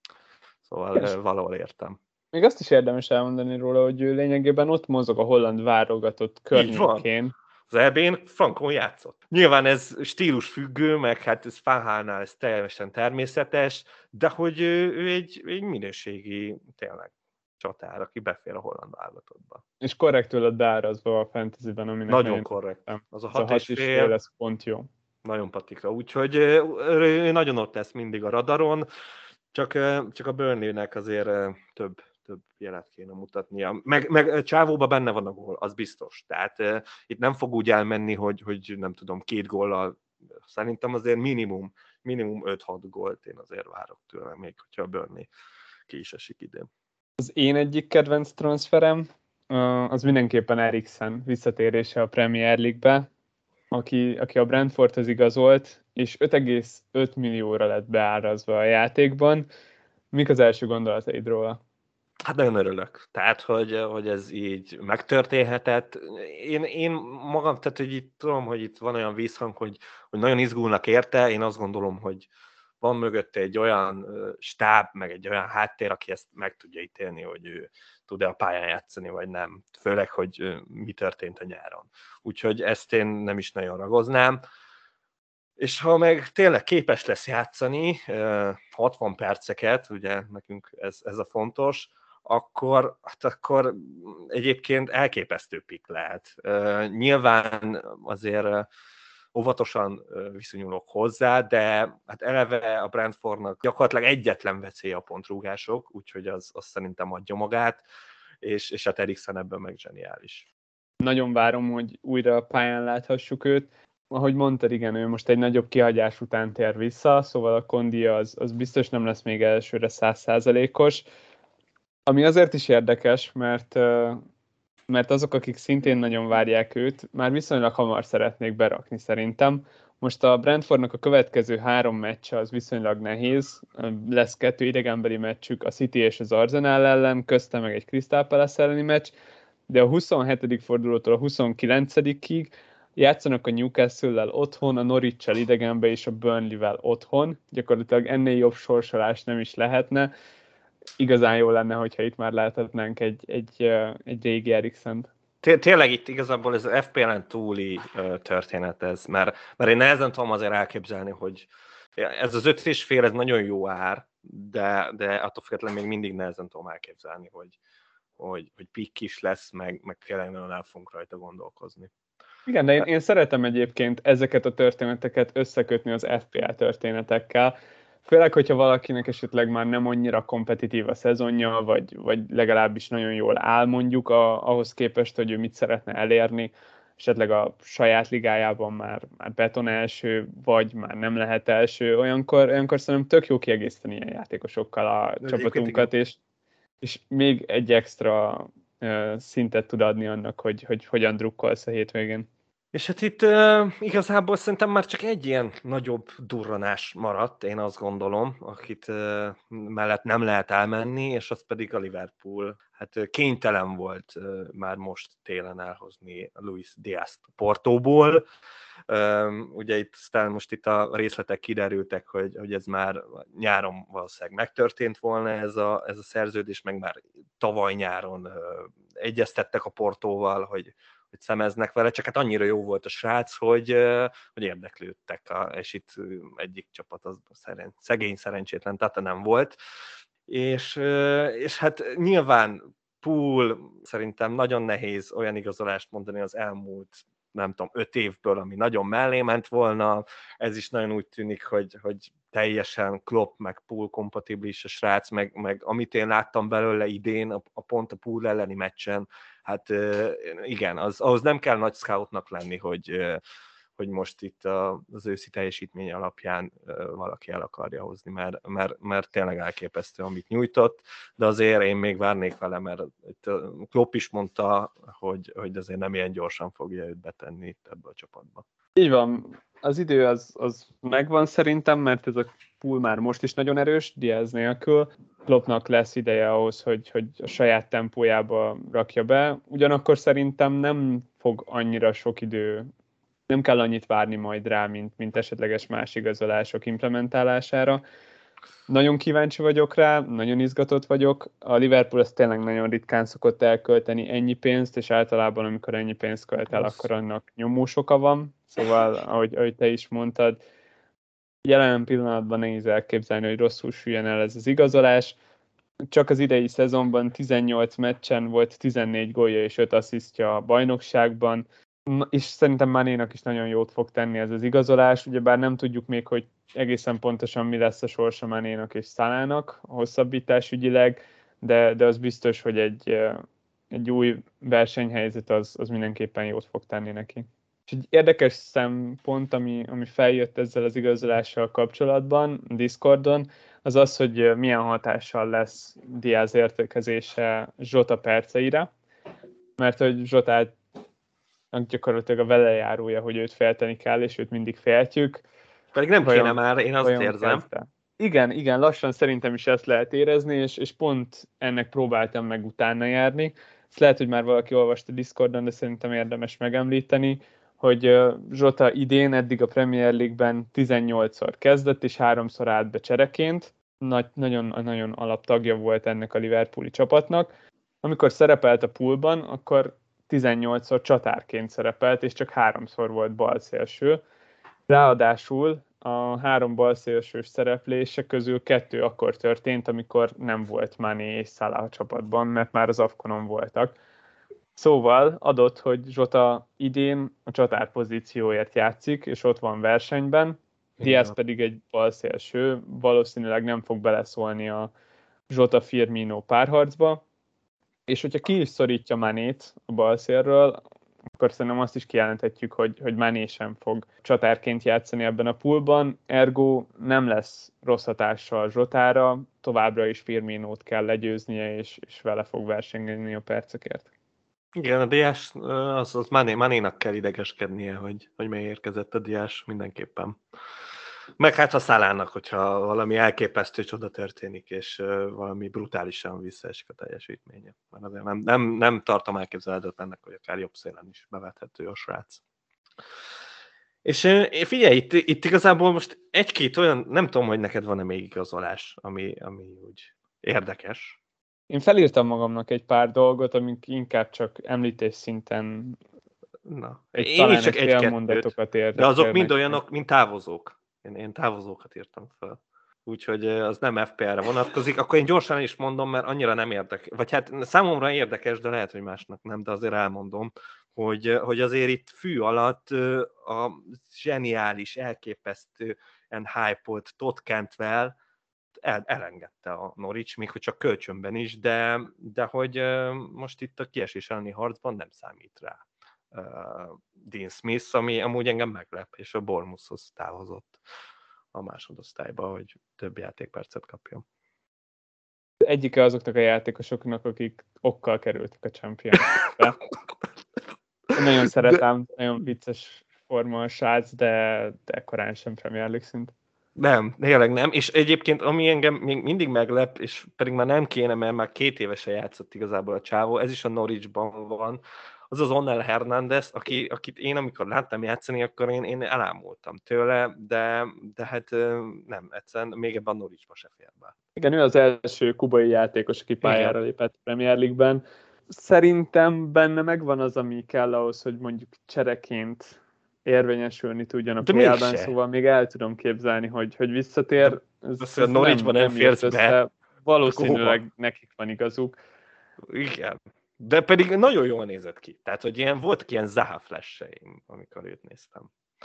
A: Szóval valahol értem.
B: Még azt is érdemes elmondani róla, hogy ő lényegében ott mozog a holland válogatott környékén.
A: Az EB-n frankon játszott. Nyilván ez stílusfüggő, meg hát ez Fahánál ez teljesen természetes, de hogy ő egy minőségi tényleg csatár, aki befér a holland válogatottba.
B: És korrektül lett beárazva a fantasyben, aminek
A: nagyon korrekt.
B: Az a 6,5 lesz pont jó.
A: Nagyon patikra, úgyhogy ő nagyon ott lesz mindig a radaron, csak a Burnley-nek azért több jelet kéne mutatnia. Meg Csávóban benne van a gól, az biztos. Tehát itt nem fog úgy elmenni, hogy nem tudom, 2 góllal. Szerintem azért minimum 5-6 gólt én azért várok tőle, még hogyha a Burnley ki is esik idén.
B: Az én egyik kedvenc transferem, az mindenképpen Eriksen visszatérése a Premier League-be, aki a Brentfordhoz igazolt, és 5,5 millióra lett beárazva a játékban. Mik az első gondolataid róla?
A: Hát nagyon örülök. Tehát, hogy ez így megtörténhetett. Én magam, tehát, hogy itt tudom, hogy itt van olyan vízhang, hogy nagyon izgulnak érte. Én azt gondolom, hogy van mögötte egy olyan stáb, meg egy olyan háttér, aki ezt meg tudja ítélni, hogy ő tud-e a pályán játszani, vagy nem. Főleg, hogy mi történt a nyáron. Úgyhogy ezt én nem is nagyon ragoznám. És ha meg tényleg képes lesz játszani 60 perceket, ugye nekünk ez a fontos, akkor egyébként elképesztő pick lehet. Nyilván azért óvatosan viszonyulok hozzá, de hát eleve a Brentfordnak gyakorlatilag egyetlen veszély a pontrúgások, úgyhogy az szerintem adja magát, és hát Eriksen ebben meg zseniális.
B: Nagyon várom, hogy újra a pályán láthassuk őt. Ahogy mondtad, igen, ő most egy nagyobb kihagyás után tér vissza, szóval a kondia az biztos nem lesz még elsőre 100%-os. Ami azért is érdekes, mert azok, akik szintén nagyon várják őt, már viszonylag hamar szeretnék berakni szerintem. Most a Brentfordnak a következő 3 meccse az viszonylag nehéz. Lesz 2 idegenbeli meccsük, a City és az Arsenal ellen, közte meg egy Crystal Palace elleni meccs, de a 27. fordulótól a 29-ig játszanak a Newcastle-lel otthon, a Norwich-sel idegenbe és a Burnley-vel otthon. Gyakorlatilag ennél jobb sorsolás nem is lehetne. Igazán jó lenne, hogyha itt már láthatnánk egy régi Eriksent.
A: Tényleg itt igazából ez az FPL-en túli történet ez, mert én nehezen tudom azért elképzelni, hogy ez az 5,5 ez nagyon jó ár, de attól függetlenül még mindig nehezen tudom elképzelni, hogy pick is lesz, meg tényleg nagyon el fogunk rajta gondolkozni.
B: Igen, de én szeretem egyébként ezeket a történeteket összekötni az FPL történetekkel, főleg, hogyha valakinek esetleg már nem annyira kompetitív a szezonja, vagy legalábbis nagyon jól áll mondjuk ahhoz képest, hogy ő mit szeretne elérni, esetleg a saját ligájában már beton első, vagy már nem lehet első, olyankor szerintem tök jó kiegészíteni ilyen játékosokkal a csapatunkat, és még egy extra szintet tud adni annak, hogy hogyan drukkolsz a hétvégén.
A: És hát itt igazából szerintem már csak egy ilyen nagyobb durranás maradt, én azt gondolom, akit mellett nem lehet elmenni, és az pedig a Liverpool. Hát kénytelen volt már most télen elhozni Luis Diaz Portóból. Ugye itt a részletek kiderültek, hogy ez már nyáron valószínűleg megtörtént volna ez a szerződés, meg már tavaly nyáron egyeztettek a Portóval, hogy szemeznek vele, csak hát annyira jó volt a srác, hogy érdeklődtek, és itt egyik csapat az szegény szerencsétlen Tottenham volt, és hát nyilván Pool szerintem nagyon nehéz olyan igazolást mondani az elmúlt, nem tudom, 5 évből, ami nagyon mellé ment volna, ez is nagyon úgy tűnik, hogy teljesen Klopp meg Pool kompatibilis a srác, meg amit én láttam belőle idén, pont a Pool elleni meccsen, hát igen, ahhoz nem kell nagy scoutnak lenni, hogy most itt az őszi teljesítmény alapján valaki el akarja hozni, mert tényleg elképesztő, amit nyújtott, de azért én még várnék vele, mert Klopp is mondta, hogy azért nem ilyen gyorsan fogja őt betenni itt ebbe a csapatba.
B: Így van, az idő az megvan szerintem, mert ez a Pool már most is nagyon erős, Diaz nélkül. Kloppnak lesz ideje ahhoz, hogy a saját tempójába rakja be. Ugyanakkor szerintem nem fog annyira sok idő, nem kell annyit várni majd rá, mint esetleges más igazolások implementálására. Nagyon kíváncsi vagyok rá, nagyon izgatott vagyok. A Liverpool az tényleg nagyon ritkán szokott elkölteni ennyi pénzt, és általában amikor ennyi pénzt költ el, akkor annak nyomós oka van. Szóval, ahogy te is mondtad, jelen pillanatban nehéz elképzelni, hogy rosszul süllyön el ez az igazolás. Csak az idei szezonban 18 meccsen volt 14 gólja és 5 asszisztja a bajnokságban, és szerintem Manénak is nagyon jót fog tenni ez az igazolás, ugyebár nem tudjuk még, hogy egészen pontosan mi lesz a sorsa Manénak és Salának hosszabbítás ügyileg, de az biztos, hogy egy új versenyhelyzet az mindenképpen jót fog tenni neki. És egy érdekes szempont, ami feljött ezzel az igazolással kapcsolatban, Discordon, az az, hogy milyen hatással lesz Diaz értékezése Zsota perceire, mert hogy Zsotát gyakorlatilag a velejárója, hogy őt félteni kell, és őt mindig féltjük.
A: Pedig nem kéne már, én azt érzem.
B: Kezdte. Igen, lassan szerintem is ezt lehet érezni, és pont ennek próbáltam meg utána járni. Ezt lehet, hogy már valaki olvasta Discordon, de szerintem érdemes megemlíteni, hogy Zsota idén eddig a Premier League-ben 18-szor kezdett, és 3-szor állt be csereként. Nagyon alaptagja volt ennek a Liverpooli csapatnak. Amikor szerepelt a poolban, akkor 18-szor csatárként szerepelt, és csak 3-szor volt balszélső. Ráadásul a 3 balszélsős szereplése közül 2 akkor történt, amikor nem volt Mané és Salah a csapatban, mert már az AFCON-on voltak. Szóval adott, hogy Zsota idén a csatár pozícióért játszik, és ott van versenyben, Diaz pedig egy balszélső, valószínűleg nem fog beleszólni a Zsota-Firmino párharcba, és hogyha ki is szorítja Manét a balszélről, akkor szerintem azt is kijelenthetjük, hogy Mané sem fog csatárként játszani ebben a poolban, ergo nem lesz rossz hatással Zsotára, továbbra is Firminót kell legyőznie, és vele fog versengeni a percekért.
A: Igen, a Diás, az Manénak kell idegeskednie, hogy megérkezett a Diás mindenképpen. Meg hát a Salának, hogyha valami elképesztő csoda történik, és valami brutálisan visszaesik a teljesítménye. Mert azért nem tartom elképzelhetetlennek, hogy akár jobb szélen is bevethető a srác. És figyelj, itt igazából most egy-két olyan, nem tudom, hogy neked van-e még igazolás, ami úgy érdekes.
B: Én felírtam magamnak egy pár dolgot, amik inkább csak említés szinten
A: én is csak
B: egy-kettőt,
A: de azok mind olyanok, mint távozók. Én távozókat írtam fel. Úgyhogy az nem FPL-re vonatkozik. Akkor én gyorsan is mondom, mert annyira nem érdekes. Vagy hát számomra érdekes, de lehet, hogy másnak nem, de azért elmondom, hogy azért itt fű alatt a zseniális, elképesztően hype-olt Todd Cantwell elengedte a Norwich, még hogy csak kölcsönben is, de hogy most itt a kiesés elleni harcban nem számít rá Dean Smith, ami amúgy engem meglep, és a Bournemouthhoz távozott a másodosztályba, hogy több játékpercet kapjon.
B: Egyike azoknak a játékosoknak, akik okkal kerültek a Champions-be. Nagyon szeretem, nagyon vicces forma a srác, de korán sem Premier League szint.
A: Nem, tényleg nem, és egyébként ami engem még mindig meglep, és pedig már nem kéne, mert már 2 évesen játszott igazából a csávó, ez is a Norwichban van, az az Onel Hernández, akit én amikor láttam játszani, akkor én elámultam tőle, de hát nem, egyszerűen még ebben a Norwichban se fér be.
B: Igen, ő az első kubai játékos, aki pályára lépett Premier League-ben. Szerintem benne megvan az, ami kell ahhoz, hogy mondjuk csereként érvényesülni tudjon a PL-ben, szóval még el tudom képzelni, hogy visszatér.
A: Ez a Norwichban nem férsz be.
B: Valószínűleg nekik van igazuk.
A: Igen. De pedig nagyon jól nézett ki. Tehát, hogy voltak ilyen Zaha flash-eim, amikor őt néztem.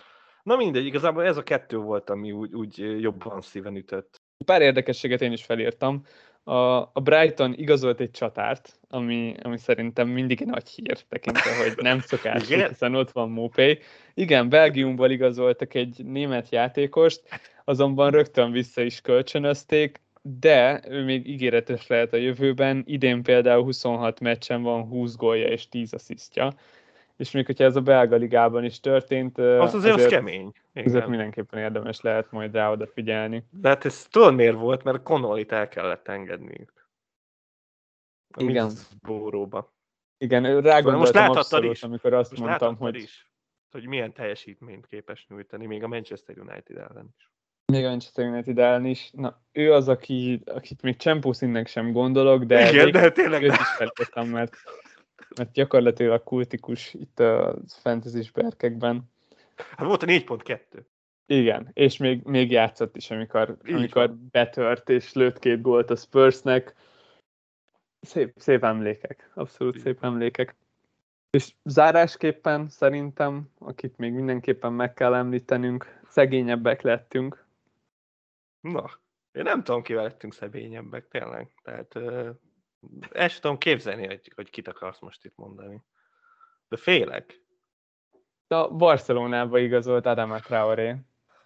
A: Na mindegy, igazából ez a kettő volt, ami úgy jobban szíven ütött.
B: Pár érdekességet én is felírtam. A Brighton igazolt egy csatárt, ami szerintem mindig egy nagy hír, tekintve, hogy nem szokásuk, hiszen ott van Maupay. Igen, Belgiumból igazoltak egy német játékost, azonban rögtön vissza is kölcsönözték, de ő még ígéretes lehet a jövőben. Idén például 26 meccsen van 20 gólja és 10 asszisztja. És még hogyha ez a belga ligában is történt,
A: Az kemény.
B: Ezért mindenképpen érdemes lehet majd rá odafigyelni.
A: De hát ez tudod miért volt? Mert Connolit el kellett engedniük.
B: Igen.
A: Bóróba.
B: Igen, rágondoltam abszolút,
A: is.
B: amikor azt mondtam,
A: hogy milyen teljesítményt képes nyújtani, még a Manchester United ellen is.
B: Még a Manchester United ellen is. Na, ő az, akit még Csempó színnek sem gondolok, de
A: igen, de tényleg
B: őt is felírtam, mert gyakorlatilag kultikus itt a fantasy berkekben.
A: Hát volt a 4.2.
B: Igen, és még játszott is, amikor betört és lőtt 2 gólt a Spursnek. Szép emlékek, abszolút szép emlékek. És zárásképpen szerintem, akit még mindenképpen meg kell említenünk, szegényebbek lettünk.
A: Na, én nem tudom, kivel lettünk szegényebbek, tényleg. Tehát el sem tudom képzelni, hogy kit akarsz most itt mondani. De félek.
B: A Barcelonába igazolt Adama Traoré.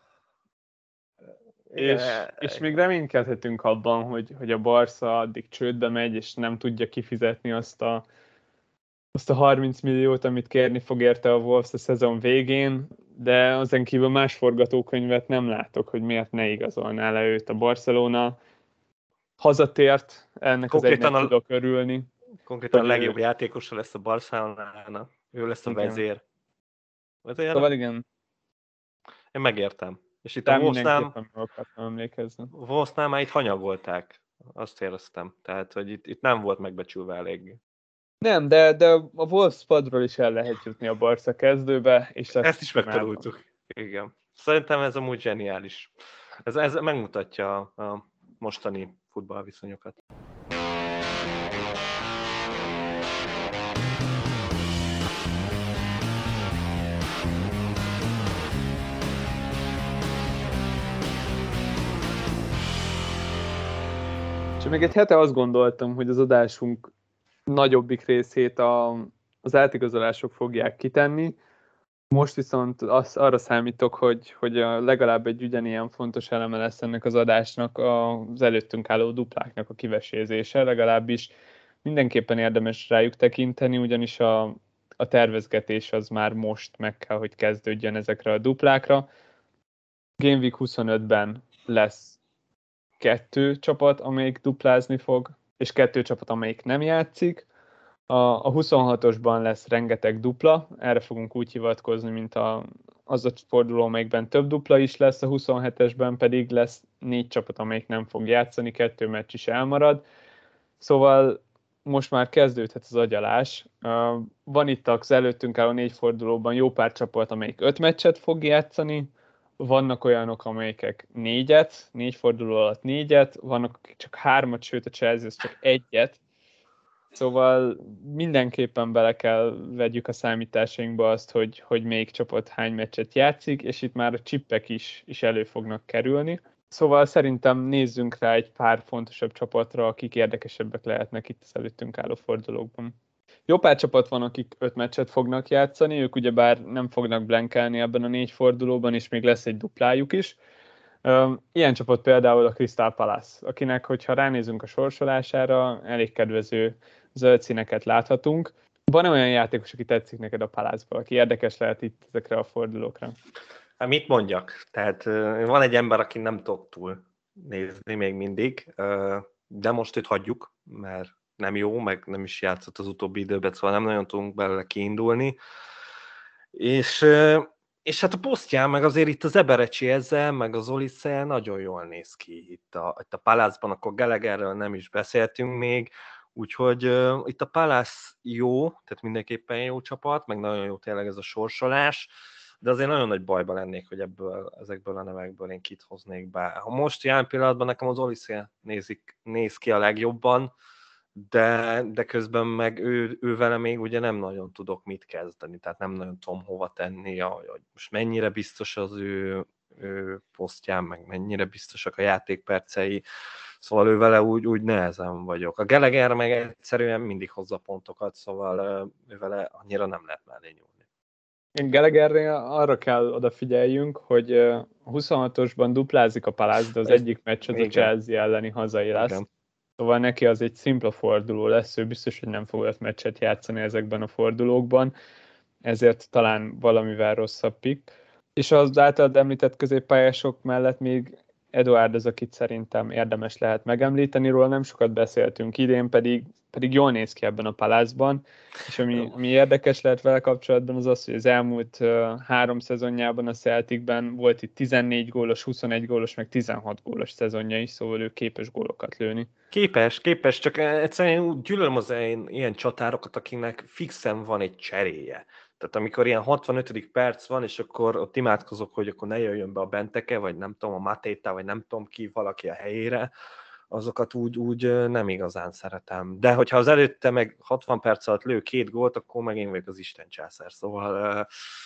B: És még reménykedhetünk abban, hogy a Barca addig csődbe megy, és nem tudja kifizetni azt a 30 milliót, amit kérni fog érte a Wolves a szezon végén, de azon kívül más forgatókönyvet nem látok, hogy miért ne igazolná le őt a Barcelona. Hazatért, ennek konkrétan az egynek tudok örülni.
A: Konkrétan a legjobb játékosa lesz a Barcelonának, ő lesz a vezér.
B: Szóval igen.
A: Én megértem. És itt a
B: Wolvesnál
A: már itt hanyagolták. Azt éreztem. Tehát, hogy itt nem volt megbecsülve elég.
B: Nem, de a Wolves padról is el lehet jutni a Barca kezdőbe. És
A: ezt is megtanultuk. Igen. Szerintem ez amúgy zseniális. Ez megmutatja a mostani futballviszonyokat.
B: És még egy hete azt gondoltam, hogy az adásunk nagyobbik részét az átigazolások fogják kitenni. Most viszont arra számítok, hogy legalább egy ugyanilyen fontos eleme lesz ennek az adásnak az előttünk álló dupláknak a kivesézése. Legalábbis mindenképpen érdemes rájuk tekinteni, ugyanis a tervezgetés az már most meg kell, hogy kezdődjön ezekre a duplákra. Game Week 25-ben lesz 2 csapat, amelyik duplázni fog, és 2 csapat, amelyik nem játszik. A 26-osban lesz rengeteg dupla, erre fogunk úgy hivatkozni, mint az a forduló, amelyikben több dupla is lesz, a 27-esben pedig lesz 4 csapat, amelyik nem fog játszani, 2 meccs is elmarad. Szóval most már kezdődhet az agyalás. Van itt az előttünk álló 4 fordulóban jó pár csapat, amelyik 5 meccset fog játszani, vannak olyanok, amelyek 4 forduló alatt 4, vannak akik csak 3, sőt a Chelsea az csak 1. Szóval mindenképpen bele kell vegyük a számításainkba azt, hogy melyik csapat hány meccset játszik, és itt már a csippek is elő fognak kerülni. Szóval szerintem nézzünk rá egy pár fontosabb csapatra, akik érdekesebbek lehetnek itt az előttünk álló fordulókban. Jó pár csapat van, akik 5 meccset fognak játszani, ők ugyebár nem fognak blankelni ebben a 4 fordulóban, és még lesz egy duplájuk is. Ilyen csapat például a Crystal Palace, akinek, hogyha ránézünk a sorsolására, elég kedvező zöld színeket láthatunk. Van-e olyan játékos, aki tetszik neked a Palace-ból, aki érdekes lehet itt ezekre a fordulókra?
A: Hát mit mondjak? Tehát van egy ember, aki nem tudok túl nézni még mindig, de most itt hagyjuk, mert nem jó, meg nem is játszott az utóbbi időben, szóval nem nagyon tudunk belőle kiindulni. És hát a posztján, meg azért itt az Eberecsi ezzel, meg az Olise nagyon jól néz ki itt a Palace-ban, akkor Gallagherről nem is beszéltünk még, úgyhogy itt a Palace jó, tehát mindenképpen jó csapat, meg nagyon jó tényleg ez a sorsolás, de azért nagyon nagy bajban lennék, hogy ezekből a nevekből én kit hoznék be. Ha most jelen pillanatban nekem az Olise néz ki a legjobban, de közben meg ő vele még ugye nem nagyon tudok mit kezdeni, tehát nem nagyon tudom hova tenni, hogy most mennyire biztos az ő posztján, meg mennyire biztosak a játékpercei, szóval ő vele úgy nehezen vagyok. A Gallagher meg egyszerűen mindig hozza pontokat, szóval ő vele annyira nem lehet mellé nyúlni.
B: Gallagherre arra kell odafigyeljünk, hogy a 26-osban duplázik a Palace, de az egyik meccs az a Chelsea elleni hazai lesz. Igen. Szóval neki az egy szimpla forduló lesz, ő biztos, hogy nem fog 5 meccset játszani ezekben a fordulókban, ezért talán valamivel rosszabb pick. És az általad említett középpályások mellett még Eduard az, akit szerintem érdemes lehet megemlíteni, róla nem sokat beszéltünk idén, pedig jól néz ki ebben a Palace-ban, és ami érdekes lehet vele kapcsolatban az az, hogy az elmúlt 3 szezonjában a Celticben volt itt 14 gólos, 21 gólos, meg 16 gólos szezonja is, szóval ő képes gólokat lőni.
A: Képes, csak egyszerűen úgy gyűlölöm az ilyen csatárokat, akinek fixen van egy cseréje. Tehát amikor ilyen 65. perc van, és akkor ott imádkozok, hogy akkor ne jöjjön be a Benteke, vagy nem tudom, a Matéta, vagy nem tudom ki, valaki a helyére, azokat úgy nem igazán szeretem. De hogyha az előtte meg 60 perc alatt lő 2 gólt, akkor meg én vagyok az Isten császár. Szóval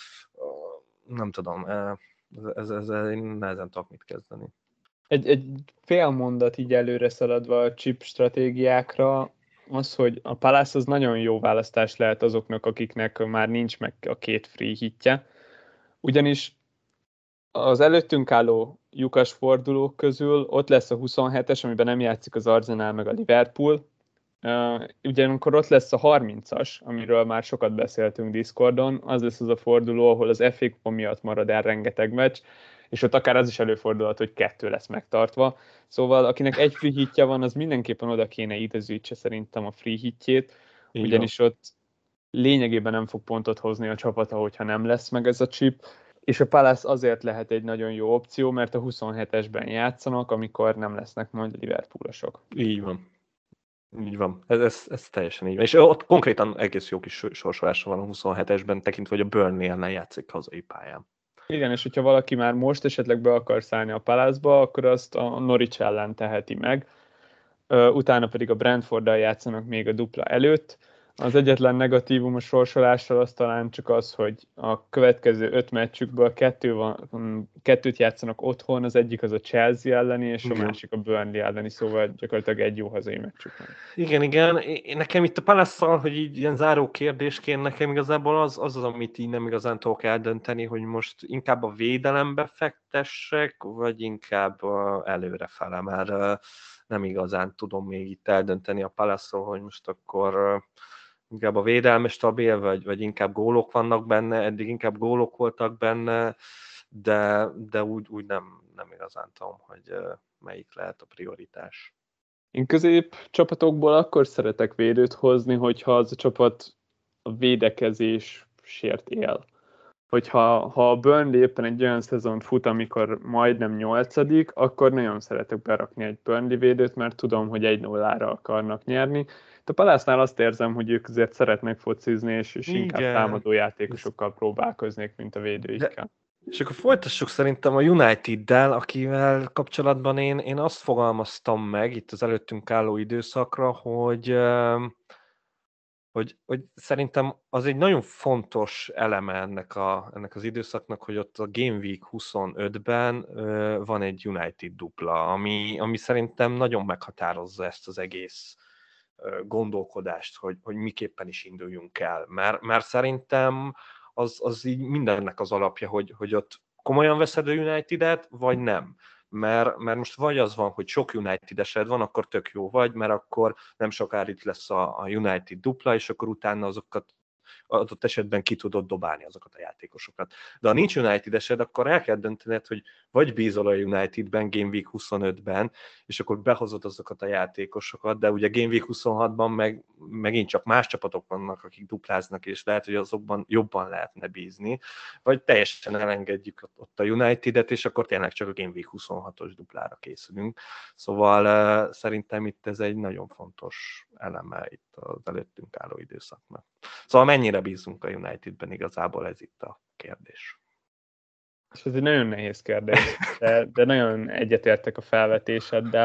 A: nem tudom, ez én nehezen tudok mit kezdeni.
B: Egy fél mondat így előre szaladva a chip stratégiákra, az, hogy a Palace az nagyon jó választás lehet azoknak, akiknek már nincs meg a 2 free hitje. Ugyanis az előttünk álló lyukas fordulók közül ott lesz a 27-es, amiben nem játszik az Arsenal meg a Liverpool. Ugyanakkor ott lesz a 30-as, amiről már sokat beszéltünk Discordon, az lesz az a forduló, ahol az FA Kupa miatt marad el rengeteg meccs, és ott akár az is előfordulhat, hogy 2 lesz megtartva. Szóval akinek egy free hitje van, az mindenképpen oda kéne idezítse szerintem a free hitjét, ugyanis ott lényegében nem fog pontot hozni a csapata, hogyha nem lesz meg ez a chip, és a Palace azért lehet egy nagyon jó opció, mert a 27-esben játszanak, amikor nem lesznek majd Liverpoolosok.
A: Így van. Így van, ez teljesen így van. És ott konkrétan egész jó kis sorsolása van a 27-esben, tekintve, hogy a Burnley ellen játszik hazai pályán.
B: Igen, és hogyha valaki már most esetleg be akar szállni a Palace-ba, akkor azt a Norwich ellen teheti meg. Utána pedig a Brentforddal játszanak még a dupla előtt. Az egyetlen negatívum a sorsolással az talán csak az, hogy a következő 5 meccsükből 2-t játszanak otthon, az egyik az a Chelsea elleni, és a másik a Burnley elleni, szóval gyakorlatilag egy jó hazai meccsük van.
A: Igen. Nekem itt a Palace-szal, hogy így ilyen záró kérdésként nekem igazából az, amit így nem igazán tudok eldönteni, hogy most inkább a védelembe fektessek, vagy inkább előrefele, mert nem igazán tudom még itt eldönteni a Palace-szal, hogy most akkor inkább a védelme stabil, vagy inkább gólok vannak benne, eddig inkább gólok voltak benne, de úgy nem igazán tudom, hogy melyik lehet a prioritás.
B: Én közép csapatokból akkor szeretek védőt hozni, hogyha az a csapat a védekezésért él. Hogyha a Burnley éppen egy olyan szezont fut, amikor majdnem 8., akkor nagyon szeretek berakni egy Burnley védőt, mert tudom, hogy 1-0-ra akarnak nyerni. A Palace-nál azt érzem, hogy ők azért szeretnek focizni, és inkább támadó játékosokkal próbálkoznék, mint a védőikkel.
A: És akkor folytassuk szerintem a United-del, akivel kapcsolatban én azt fogalmaztam meg itt az előttünk álló időszakra, hogy szerintem az egy nagyon fontos eleme ennek az időszaknak, hogy ott a Game Week 25-ben van egy United dupla, ami szerintem nagyon meghatározza ezt az egész gondolkodást, hogy miképpen is induljunk el. Mert szerintem az így mindennek az alapja, hogy ott komolyan veszed a United-et, vagy nem. Mert most vagy az van, hogy sok United-esed van, akkor tök jó vagy, mert akkor nem sokára itt lesz a United dupla, és akkor utána azokat adott esetben ki tudod dobálni azokat a játékosokat. De ha nincs United-esed, akkor el kell döntened, hogy vagy bízol a Unitedben Game Week 25-ben, és akkor behozod azokat a játékosokat, de ugye Game Week 26-ban megint csak más csapatok vannak, akik dupláznak, és lehet, hogy azokban jobban lehetne bízni, vagy teljesen elengedjük ott a United-et, és akkor tényleg csak a Game Week 26-os duplára készülünk. Szóval szerintem itt ez egy nagyon fontos eleme itt az előttünk álló időszaknak. Szóval mennyire bízunk a Unitedben, igazából ez itt a kérdés.
B: És ez egy nagyon nehéz kérdés, de nagyon egyetértek a felvetéseddel.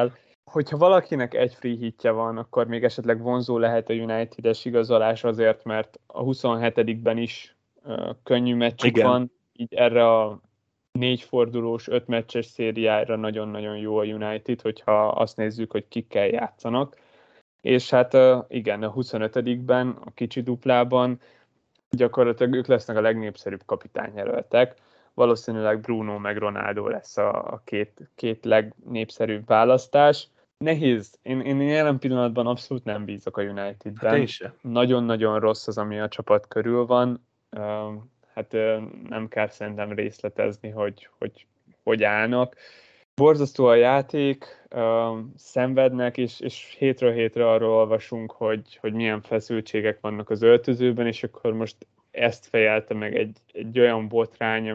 B: hogyha valakinek egy free hitje van, akkor még esetleg vonzó lehet a United-es igazolás azért, mert a 27-ben is könnyű meccsük
A: Igen.
B: van, így erre a 4 fordulós, 5 meccses szériára nagyon-nagyon jó a United, hogyha azt nézzük, hogy kikkel játszanak. És hát igen, a 25-ben, a kicsi duplában gyakorlatilag ők lesznek a legnépszerűbb kapitányjelöltek. Valószínűleg Bruno meg Ronaldo lesz a két legnépszerűbb választás. Nehéz. Én jelen pillanatban abszolút nem bízok a Unitedben.
A: Hát én sem.
B: Nagyon-nagyon rossz az, ami a csapat körül van. Hát nem kell szerintem részletezni, hogy állnak. Borzasztó a játék, szenvednek, és hétről hétre arról olvasunk, hogy milyen feszültségek vannak az öltözőben, és akkor most ezt fejelte meg egy olyan botrány,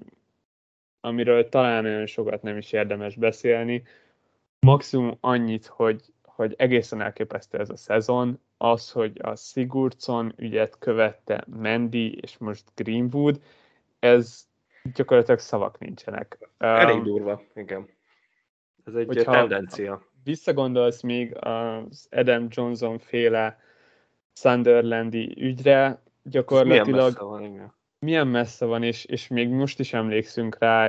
B: amiről talán olyan sokat nem is érdemes beszélni. Maximum annyit, hogy egészen elképesztő ez a szezon, az, hogy a Sigurdsson ügyet követte Mendy, és most Greenwood, ez gyakorlatilag szavak nincsenek.
A: Elég durva, igen. Ez egy tendencia.
B: Visszagondolsz még az Adam Johnson féle Sunderlandi ügyre, gyakorlatilag milyen messze van, és még most is emlékszünk rá,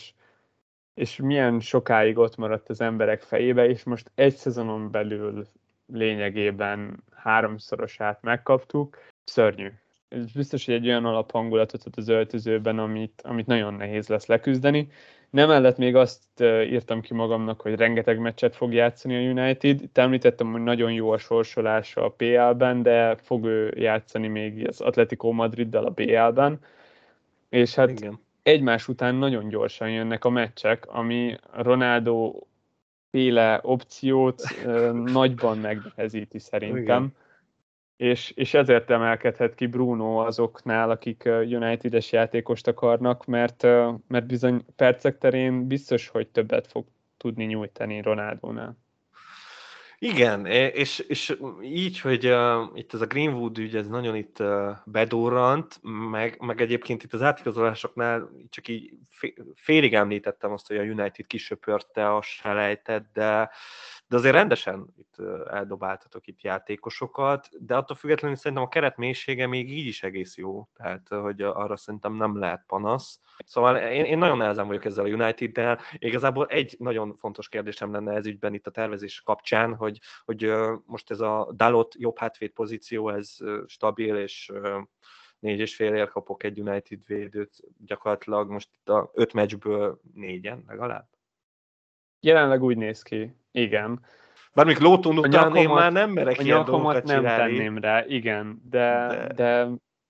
B: és milyen sokáig ott maradt az emberek fejébe, és most egy szezonon belül lényegében 3-szorosát megkaptuk. Szörnyű. Ez biztos, hogy egy olyan alaphangulatot ad az öltözőben, amit nagyon nehéz lesz leküzdeni. Nem mellett még azt írtam ki magamnak, hogy rengeteg meccset fog játszani a United. Itt említettem, hogy nagyon jó a sorsolása a PL-ben, de fog ő játszani még az Atletico Madriddal a BL-ben. És hát igen, egymás után nagyon gyorsan jönnek a meccsek, ami Ronaldo féle opciót nagyban megnehezíti szerintem. Igen. És ezért emelkedhet ki Bruno azoknál, akik United-es játékost akarnak, mert bizony percek terén biztos, hogy többet fog tudni nyújtani Ronaldónál.
A: Igen, és így, hogy itt ez a Greenwood ügy, ez nagyon itt bedurrant, meg egyébként itt az átigazolásoknál csak így félig említettem azt, hogy a United kisöpörte a selejtet, de azért rendesen itt eldobáltatok itt játékosokat, de attól függetlenül szerintem a keret mélysége még így is egész jó, tehát hogy arra szerintem nem lehet panasz. Szóval én nagyon nehezen vagyok ezzel a United-del. Igazából egy nagyon fontos kérdésem lenne ez ügyben itt a tervezés kapcsán, hogy most ez a Dalot jobb hátvéd pozíció, ez stabil, és 4,5-ért kapok egy United védőt, gyakorlatilag most itt a 5 meccsből 4-en legalább.
B: Jelenleg úgy néz ki, igen.
A: Bármik Lóton után én már nem merek ilyen dolgokat
B: nem tenném rá, igen, de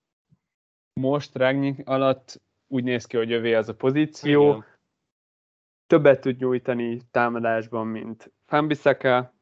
B: most Rangnick alatt úgy néz ki, hogy övé az a pozíció. Igen. Többet tud nyújtani támadásban, mint Wan-Bissaka.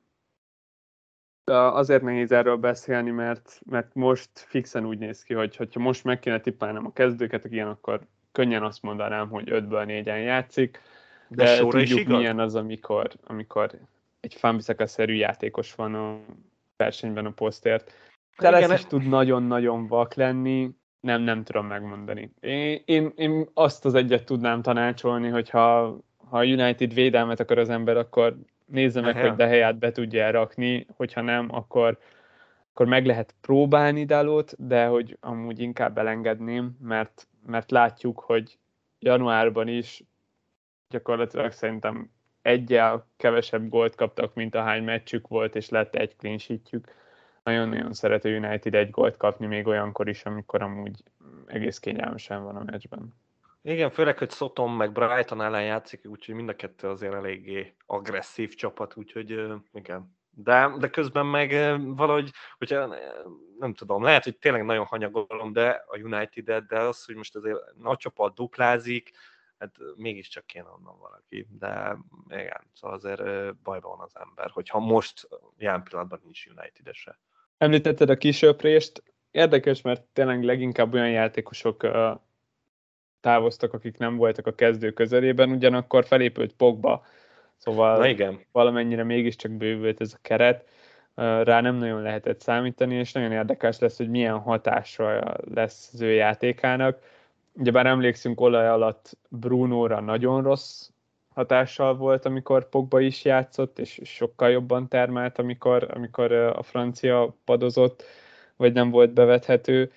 B: Azért nehéz erről beszélni, mert most fixen úgy néz ki, hogy ha most meg kéne tippálnom a kezdőket, igen, akkor könnyen azt mondanám, hogy 5-ből 4-en játszik. De tudjuk, milyen az, amikor egy Wan-Bissaka-szerű játékos van a versenyben a posztért. Teres is tud nagyon-nagyon vak lenni, nem tudom megmondani. Én azt az egyet tudnám tanácsolni, hogyha a United védelmet akar az ember, akkor nézze meg, hogy De Gea-t be tudja rakni, hogyha nem, akkor meg lehet próbálni Dalot, de hogy amúgy inkább elengedném, mert látjuk, hogy januárban is gyakorlatilag szerintem egyel kevesebb gólt kaptak, mint ahány meccsük volt, és lett egy clean sheetjük. Nagyon-nagyon szeret a United egy gólt kapni, még olyankor is, amikor amúgy egész kényelmesen van a meccsben.
A: Igen, főleg, hogy Soton meg Brighton ellen játszik, úgyhogy mind a kettő azért eléggé agresszív csapat, úgyhogy igen. De közben meg valahogy, hogyha nem tudom, lehet, hogy tényleg nagyon hanyagolom de a United-et, de az, hogy most azért nagy csapat duplázik, hát mégiscsak kéne onnan valaki, de igen, szóval azért bajban van az ember, hogyha most jelen pillanatban nincs United-ese.
B: Említetted a kisöprést, érdekes, mert tényleg leginkább olyan játékosok távoztak, akik nem voltak a kezdő közelében, ugyanakkor felépült Pogba, szóval igen, valamennyire mégiscsak bővült ez a keret, rá nem nagyon lehetett számítani, és nagyon érdekes lesz, hogy milyen hatása lesz az ő játékának. Ugyebár emlékszünk, olaj alatt Brunóra nagyon rossz hatással volt, amikor Pogba is játszott, és sokkal jobban termelt, amikor a francia padozott, vagy nem volt bevethető.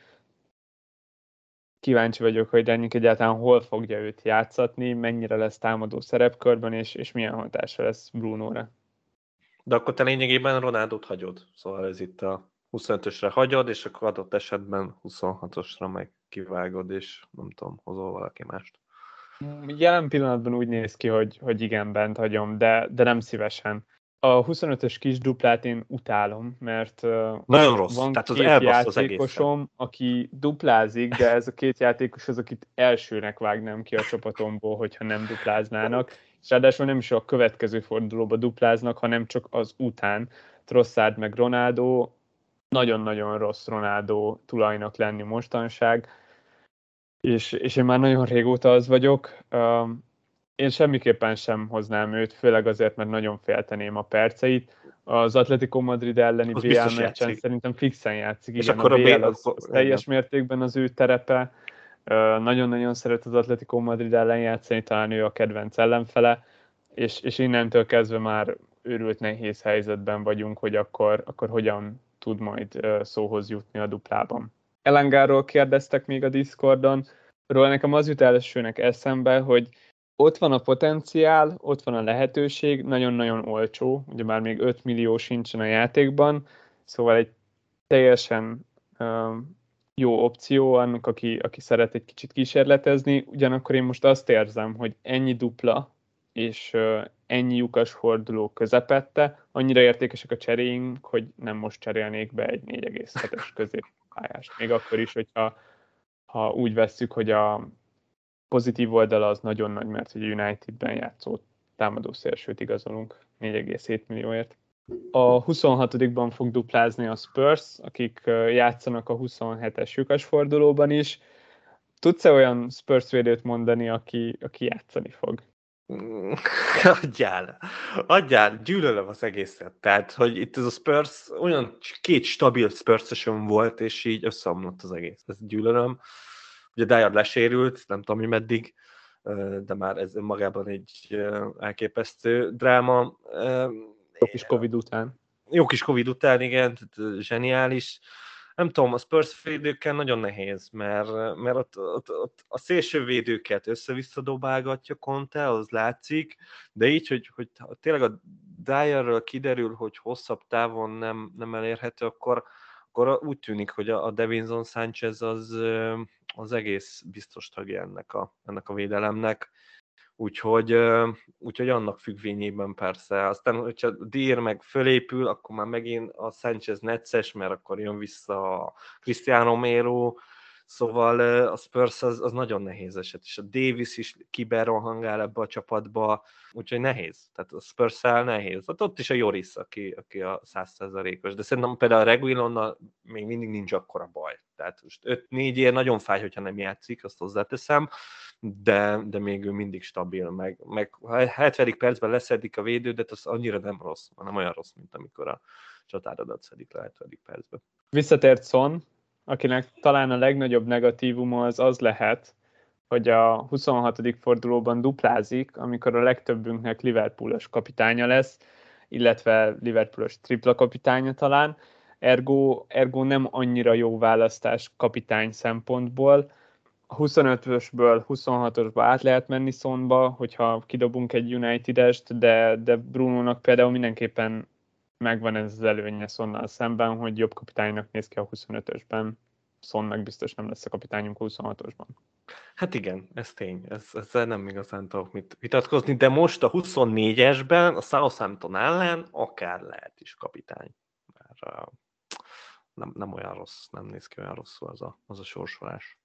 B: Kíváncsi vagyok, hogy Rangnick egyáltalán hol fogja őt játszatni, mennyire lesz támadó szerepkörben, és milyen hatása lesz Brunóra.
A: De akkor te lényegében Ronaldot hagyod. Szóval ez itt a 25-ösre hagyod, és akkor adott esetben 26-osra meg kivágod, és nem tudom, hozol valaki mást.
B: Jelen pillanatban úgy néz ki, hogy igen, bent hagyom, de nem szívesen. A 25-ös kis duplát én utálom, mert
A: nagyon rossz,
B: van
A: tehát az
B: két
A: elbasz az egészet.
B: játékosom, aki duplázik, de ez a két játékos az, akit elsőnek vágnám ki a csapatomból, hogyha nem dupláznának. És ráadásul nem is a következő fordulóba dupláznak, hanem csak az után. Trossard meg Ronaldo, nagyon-nagyon rossz Ronaldo tulajnak lenni mostanság, és én már nagyon régóta az vagyok. Én semmiképpen sem hoznám őt, főleg azért, mert nagyon félteném a perceit. Az Atletico Madrid elleni
A: Az
B: BL
A: biztos
B: meccsen
A: játszik.
B: szerintem fixen játszik.
A: És
B: Igen, a
A: akkor
B: BL az
A: akkor,
B: teljes mértékben az ő terepe. Nagyon-nagyon szeret az Atletico Madrid ellen játszani, talán ő a kedvenc ellenfele, és innentől kezdve már őrült nehéz helyzetben vagyunk, hogy akkor hogyan tud majd szóhoz jutni a duplában. Elangáról kérdeztek még a Discordon. Róla nekem az jut elsőnek eszembe, hogy ott van a potenciál, ott van a lehetőség, nagyon-nagyon olcsó, ugye már még 5 millió sincsen a játékban, szóval egy teljesen jó opció annak, aki szeret egy kicsit kísérletezni, ugyanakkor én most azt érzem, hogy ennyi dupla és ennyi lyukas forduló közepette, annyira értékesek a cseréink, hogy nem most cserélnék be egy 4,7-es középpályást. Még akkor is, hogyha úgy vesszük, hogy a pozitív oldala az nagyon nagy, mert hogy a Unitedben játszó támadó szélsőt igazolunk 4,7 millióért. A 26-ban fog duplázni a Spurs, akik játszanak a 27-es lyukas fordulóban is. Tudsz-e olyan Spurs védőt mondani, aki játszani fog?
A: Adjál, gyűlölöm az egészet. Tehát, hogy itt ez a Spurs olyan két stabil spurs volt, és így összeomlott az egész. Ezt gyűlölöm. Ugye Dyer lesérült, nem tudom, hogy meddig, de már ez magában egy elképesztő dráma.
B: Jó kis Covid után.
A: Jó kis Covid után, igen, zseniális. Nem tudom, a Spurs védőkkel nagyon nehéz, mert ott a szélső védőket össze-vissza dobálgatja Conte, az látszik, de így, hogy tényleg a Dyerről kiderül, hogy hosszabb távon nem elérhető, akkor úgy tűnik, hogy a Davinson Sanchez az egész biztos tagja ennek a védelemnek. Úgyhogy annak függvényében persze. Aztán, hogyha Dier meg fölépül, akkor már megint a Sanchez necces, mert akkor jön vissza a Cristiano Romero, szóval a Spurs az nagyon nehéz eset, és a Davis is kiberrohangál ebbe a csapatba, úgyhogy nehéz. Tehát a Spurs-el nehéz. Hát ott is a Joris, aki a 100%-os, de szerintem például a Reguilonnal még mindig nincs akkora baj. Tehát most 5-4-ért nagyon fáj, hogyha nem játszik, azt hozzáteszem, de még ő mindig stabil, meg ha 70. percben leszedik a védődet, az annyira nem rossz, nem olyan rossz, mint amikor a csatárodat szedik le 70. percben.
B: Visszatért Son, akinek talán a legnagyobb negatívuma az lehet, hogy a 26. fordulóban duplázik, amikor a legtöbbünknek Liverpoolos kapitánya lesz, illetve Liverpoolos tripla kapitánya talán, ergo nem annyira jó választás kapitány szempontból. A 25-ösből 26-osba át lehet menni Sonba, hogyha kidobunk egy United-est, de Brunónak például mindenképpen megvan ez az előnye Sonnal szemben, hogy jobb kapitánynak néz ki a 25-ösben. Sonnak biztos nem lesz a kapitányunk a 26-osban.
A: Hát igen, ez tény, ezzel nem igazán tudok mit vitatkozni, de most a 24-esben a Southampton ellen akár lehet is kapitány. Mert nem olyan rossz, nem néz ki olyan rosszul az a sorsolás.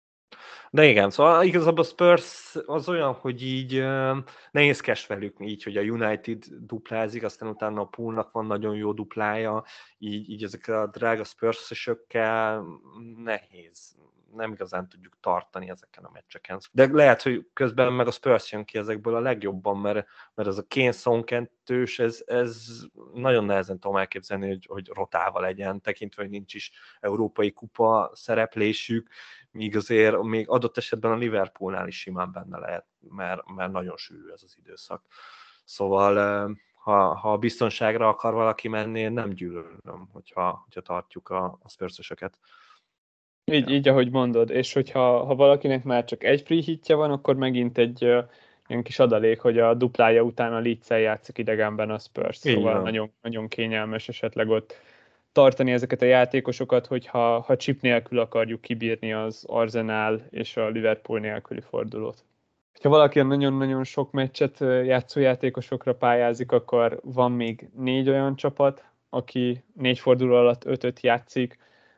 A: De igen, szóval igazából a Spurs az olyan, hogy így nehézkes velük így, hogy a United duplázik, aztán utána a Poolnak van nagyon jó duplája, így ezek a drága Spurs-ösökkel nehéz nem igazán tudjuk tartani ezeken a meccseken. De lehet, hogy közben meg a Spurs jön ki ezekből a legjobban, mert ez a Kane-Son kettős, ez nagyon nehezen tudom elképzelni, hogy rotálva legyen, tekintve, hogy nincs is európai kupa szereplésük, míg azért még adott esetben a Liverpoolnál is simán benne lehet, mert nagyon sűrű ez az időszak. Szóval ha a biztonságra akar valaki menni, én nem gyűlölöm, hogyha tartjuk a Spurs-ösöket.
B: Így, ahogy mondod, és hogyha valakinek már csak egy free hitje van, akkor megint egy ilyen kis adalék, hogy a duplája után a Leeds-el játszik idegenben a Spurs, szóval nagyon, nagyon kényelmes esetleg ott tartani ezeket a játékosokat, hogyha chip nélkül akarjuk kibírni az Arsenal és a Liverpool nélküli fordulót. Ha valaki nagyon-nagyon sok meccset játszó játékosokra pályázik, akkor van még 4 olyan csapat, aki 4 forduló alatt 5-5 játszik.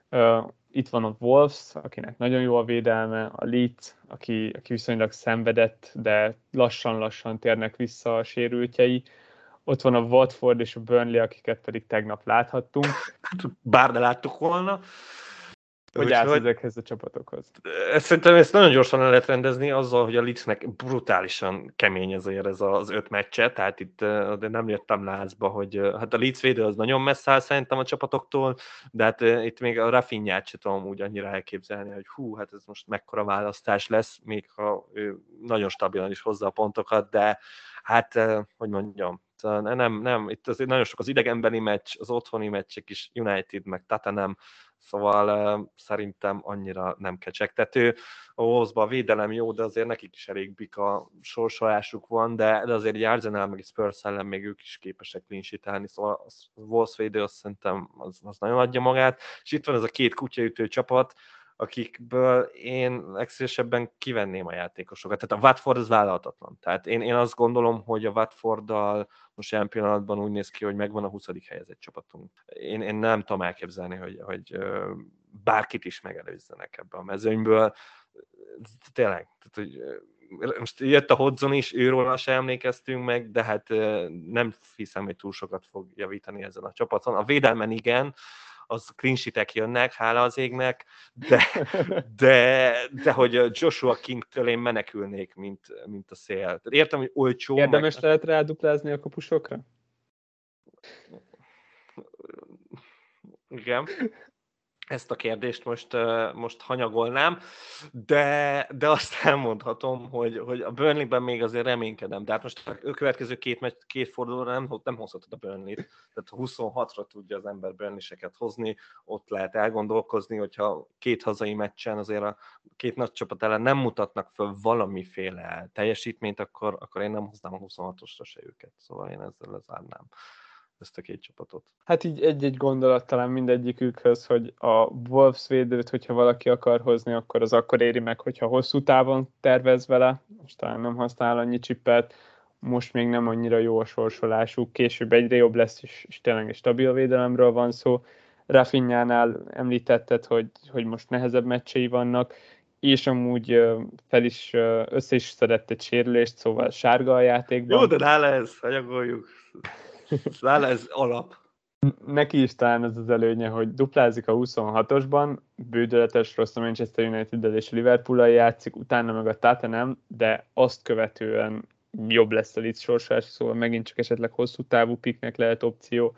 B: Itt van a Wolves, akinek nagyon jó a védelme, a Leeds, aki viszonylag szenvedett, de lassan-lassan térnek vissza a sérültjei. Ott van a Watford és a Burnley, akiket pedig tegnap láthattunk.
A: Bár ne láttuk volna.
B: Hogy állsz ezekhez a csapatokhoz?
A: Szerintem ezt nagyon gyorsan el lehet rendezni azzal, hogy a Leedsnek brutálisan kemény ezért ez az 5 meccse, tehát itt de nem jöttem lázba, hogy hát a Leeds védő az nagyon messze áll szerintem a csapatoktól, de hát itt még a Rafinhát sem tudom úgy annyira elképzelni, hogy hát ez most mekkora választás lesz, még ha ő nagyon stabilan is hozza a pontokat, de hát, hogy mondjam, nem, itt azért nagyon sok az idegenbeni meccs, az otthoni meccsek is, United, meg Tottenham, szóval szerintem annyira nem kecsegtető. A Wolvesban a védelem jó, de azért nekik is elég bika sorsolásuk van, de azért egy Arsenal meg egy Spurs ellen még ők is képesek clean sheet-elni, szóval a Wolves védő azt szerintem az nagyon adja magát. És itt van ez a 2 kutyaütő csapat, akikből én legszívesebben kivenném a játékosokat. Tehát a Watford az vállalhatatlan. Tehát én azt gondolom, hogy a Watforddal most jelen pillanatban úgy néz ki, hogy megvan a 20. helyezett csapatunk. Én nem tudom elképzelni, hogy bárkit is megelőzzenek ebbe a mezőnyből. Tényleg, tehát, hogy most jött a Hodgson is, őróla se emlékeztünk meg, de hát nem hiszem, hogy túl sokat fog javítani ezen a csapaton. A védelmen igen, az clean sheet-ek jönnek, hála az égnek, de hogy Joshua Kingtől én menekülnék, mint a szél. Tehát értem, hogy olcsó.
B: Érdemes lehet ráduplázni a kapusokra?
A: Igen. Ezt a kérdést most hanyagolnám, de azt elmondhatom, hogy a Burnley-ben még azért reménykedem. De hát most a következő két fordulóra nem hozhatod a Burnley-t. Tehát 26-ra tudja az ember Burnley-seket hozni, ott lehet elgondolkozni, hogyha 2 hazai meccsen azért a 2 nagy csapat ellen nem mutatnak föl valamiféle teljesítményt, akkor én nem hoznám a 26-osra se őket. Szóval én ezzel lezárnám ezt a 2 csapatot.
B: Hát így egy gondolat talán mindegyikükhöz, hogy a Wolves védőt, hogyha valaki akar hozni, akkor az akkor éri meg, hogyha hosszú távon tervez vele, most talán nem használ annyi csippet, most még nem annyira jó a sorsolásuk, később egyre jobb lesz, és tényleg egy stabil védelemről van szó. Rafinhánál említetted, hogy most nehezebb meccsei vannak, és amúgy össze is szedett egy sérülést, szóval sárga a játékban.
A: Jó, de nála ez, hanyagoljuk. Nála ez alap.
B: Neki is talán az az előnye, hogy duplázik a 26-osban, bődöletes rossz a Manchester United-del és Liverpool-al játszik, utána meg a Tottenham, de azt követően jobb lesz a Leeds sorsás, szóval megint csak esetleg hosszú távú piknek lehet opció.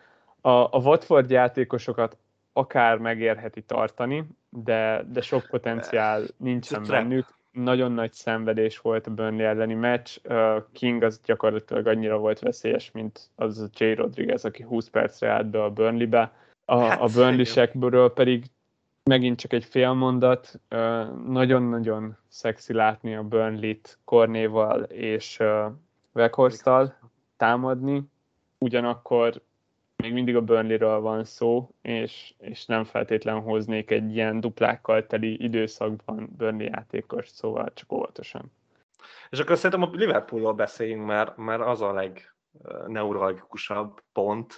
B: A Watford játékosokat akár megérheti tartani, de sok potenciál nincsen bennük. Nagyon nagy szenvedés volt a Burnley elleni meccs. King az gyakorlatilag annyira volt veszélyes, mint az a Jay Rodriguez, aki 20 percre állt be a Burnleybe. A Burnley-sekből pedig megint csak egy fél mondat. Nagyon-nagyon szexi látni a Burnley-t Cornéval és Weghorsttal támadni. Ugyanakkor még mindig a Burnley-ről van szó, és nem feltétlen hoznék egy ilyen duplákkal teli időszakban Burnley játékos, szóval csak óvatosan.
A: És akkor szerintem a Liverpoolról beszéljünk, mert az a legneuralgikusabb pont,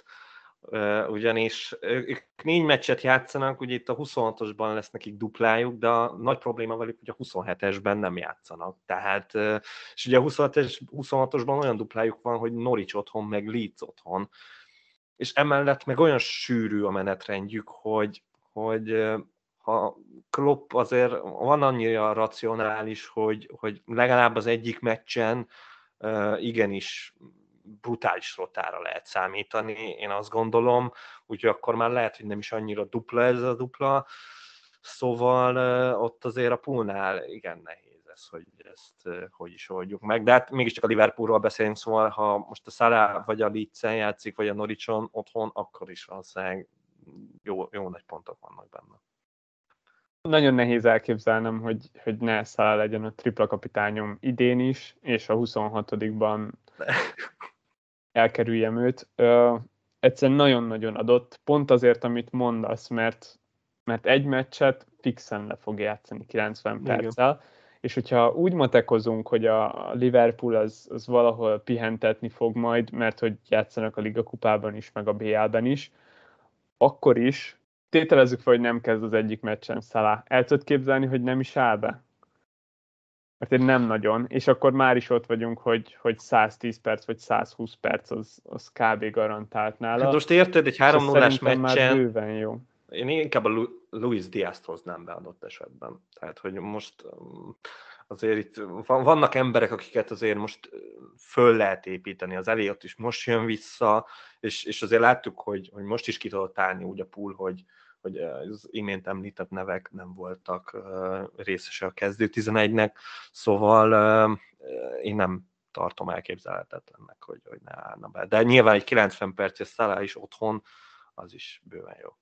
A: ugyanis ők 4 meccset játszanak, ugye itt a 26-osban lesz nekik duplájuk, de a nagy probléma velük, hogy a 27-esben nem játszanak. Tehát, és ugye a 26-osban olyan duplájuk van, hogy Norwich otthon, meg Leeds otthon, és emellett meg olyan sűrű a menetrendjük, hogy ha Klopp azért van annyira racionális, hogy legalább az egyik meccsen igenis brutális rotára lehet számítani, én azt gondolom, úgyhogy akkor már lehet, hogy nem is annyira dupla ez a dupla, szóval ott azért a poolnál igen nehéz ez, hogy ezt hogy is oldjuk meg, de hát mégiscsak a Liverpoolról beszélünk, szóval ha most a Salah vagy a Leeds-en játszik, vagy a Norwichon otthon, akkor is valószínűleg jó nagy pontok vannak benne.
B: Nagyon nehéz elképzelnem, hogy ne Salah legyen a tripla kapitányom idén is, és a 26-ban elkerüljem őt. Egyszerűen nagyon-nagyon adott, pont azért, amit mondasz, mert egy meccset fixen le fog játszani 90 perccel, és hogyha úgy matekozunk, hogy a Liverpool az valahol pihentetni fog majd, mert hogy játszanak a Liga kupában is, meg a BL-ben is, akkor is tételezzük fel, hogy nem kezd az egyik meccsen Salah. El tudod képzelni, hogy nem is áll be? Mert én nem nagyon, és akkor már is ott vagyunk, hogy 110 perc vagy 120 perc az kb. Garantált nála.
A: Hát most érted, egy 3-0-ás meccsen
B: már bőven jó.
A: Én inkább a Luis Diaz-t hoznám be adott esetben. Tehát, hogy most azért itt vannak emberek, akiket azért most föl lehet építeni. Az Elliot is most jön vissza, és azért láttuk, hogy most is ki tudott állni úgy a pool, hogy az imént említett nevek nem voltak részese a kezdő 11-nek, szóval én nem tartom elképzelhetetlennek, hogy ne állna be. De nyilván egy 90 perces Salah is otthon, az is bőven jó.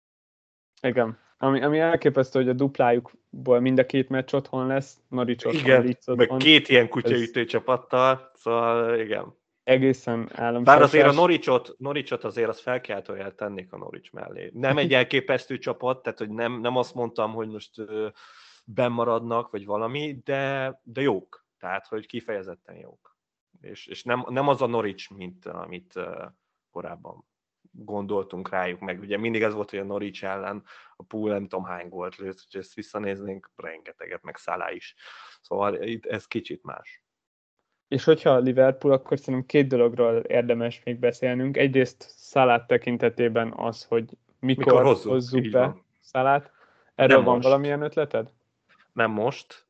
B: Igen. Ami elképesztő, hogy a duplájukból mind a két meccs otthon lesz, Norwich otthon,
A: igen,
B: Leeds otthon.
A: meg két ilyen kutyaütő csapattal, szóval igen.
B: Egészen államsás.
A: Bár azért a Norwichot azért azt felkeltőjel tennék a Norwich mellé. Nem egy elképesztő csapat, tehát hogy nem azt mondtam, hogy most bennmaradnak, vagy valami, de jók. Tehát, hogy kifejezetten jók. És nem az a Norwich, mint amit korábban gondoltunk rájuk, meg ugye mindig ez volt, hogy a Norwich ellen a pool nem tudom hány gólt lőtt, hogy ezt visszanéznénk, rengeteget, meg Salah is. Szóval itt ez kicsit más.
B: És hogyha a Liverpool, akkor szerintem két dologról érdemes még beszélnünk. Egyrészt Salah tekintetében az, hogy mikor hozzuk be Salah-t. Erről van valamilyen ötleted?
A: Nem most,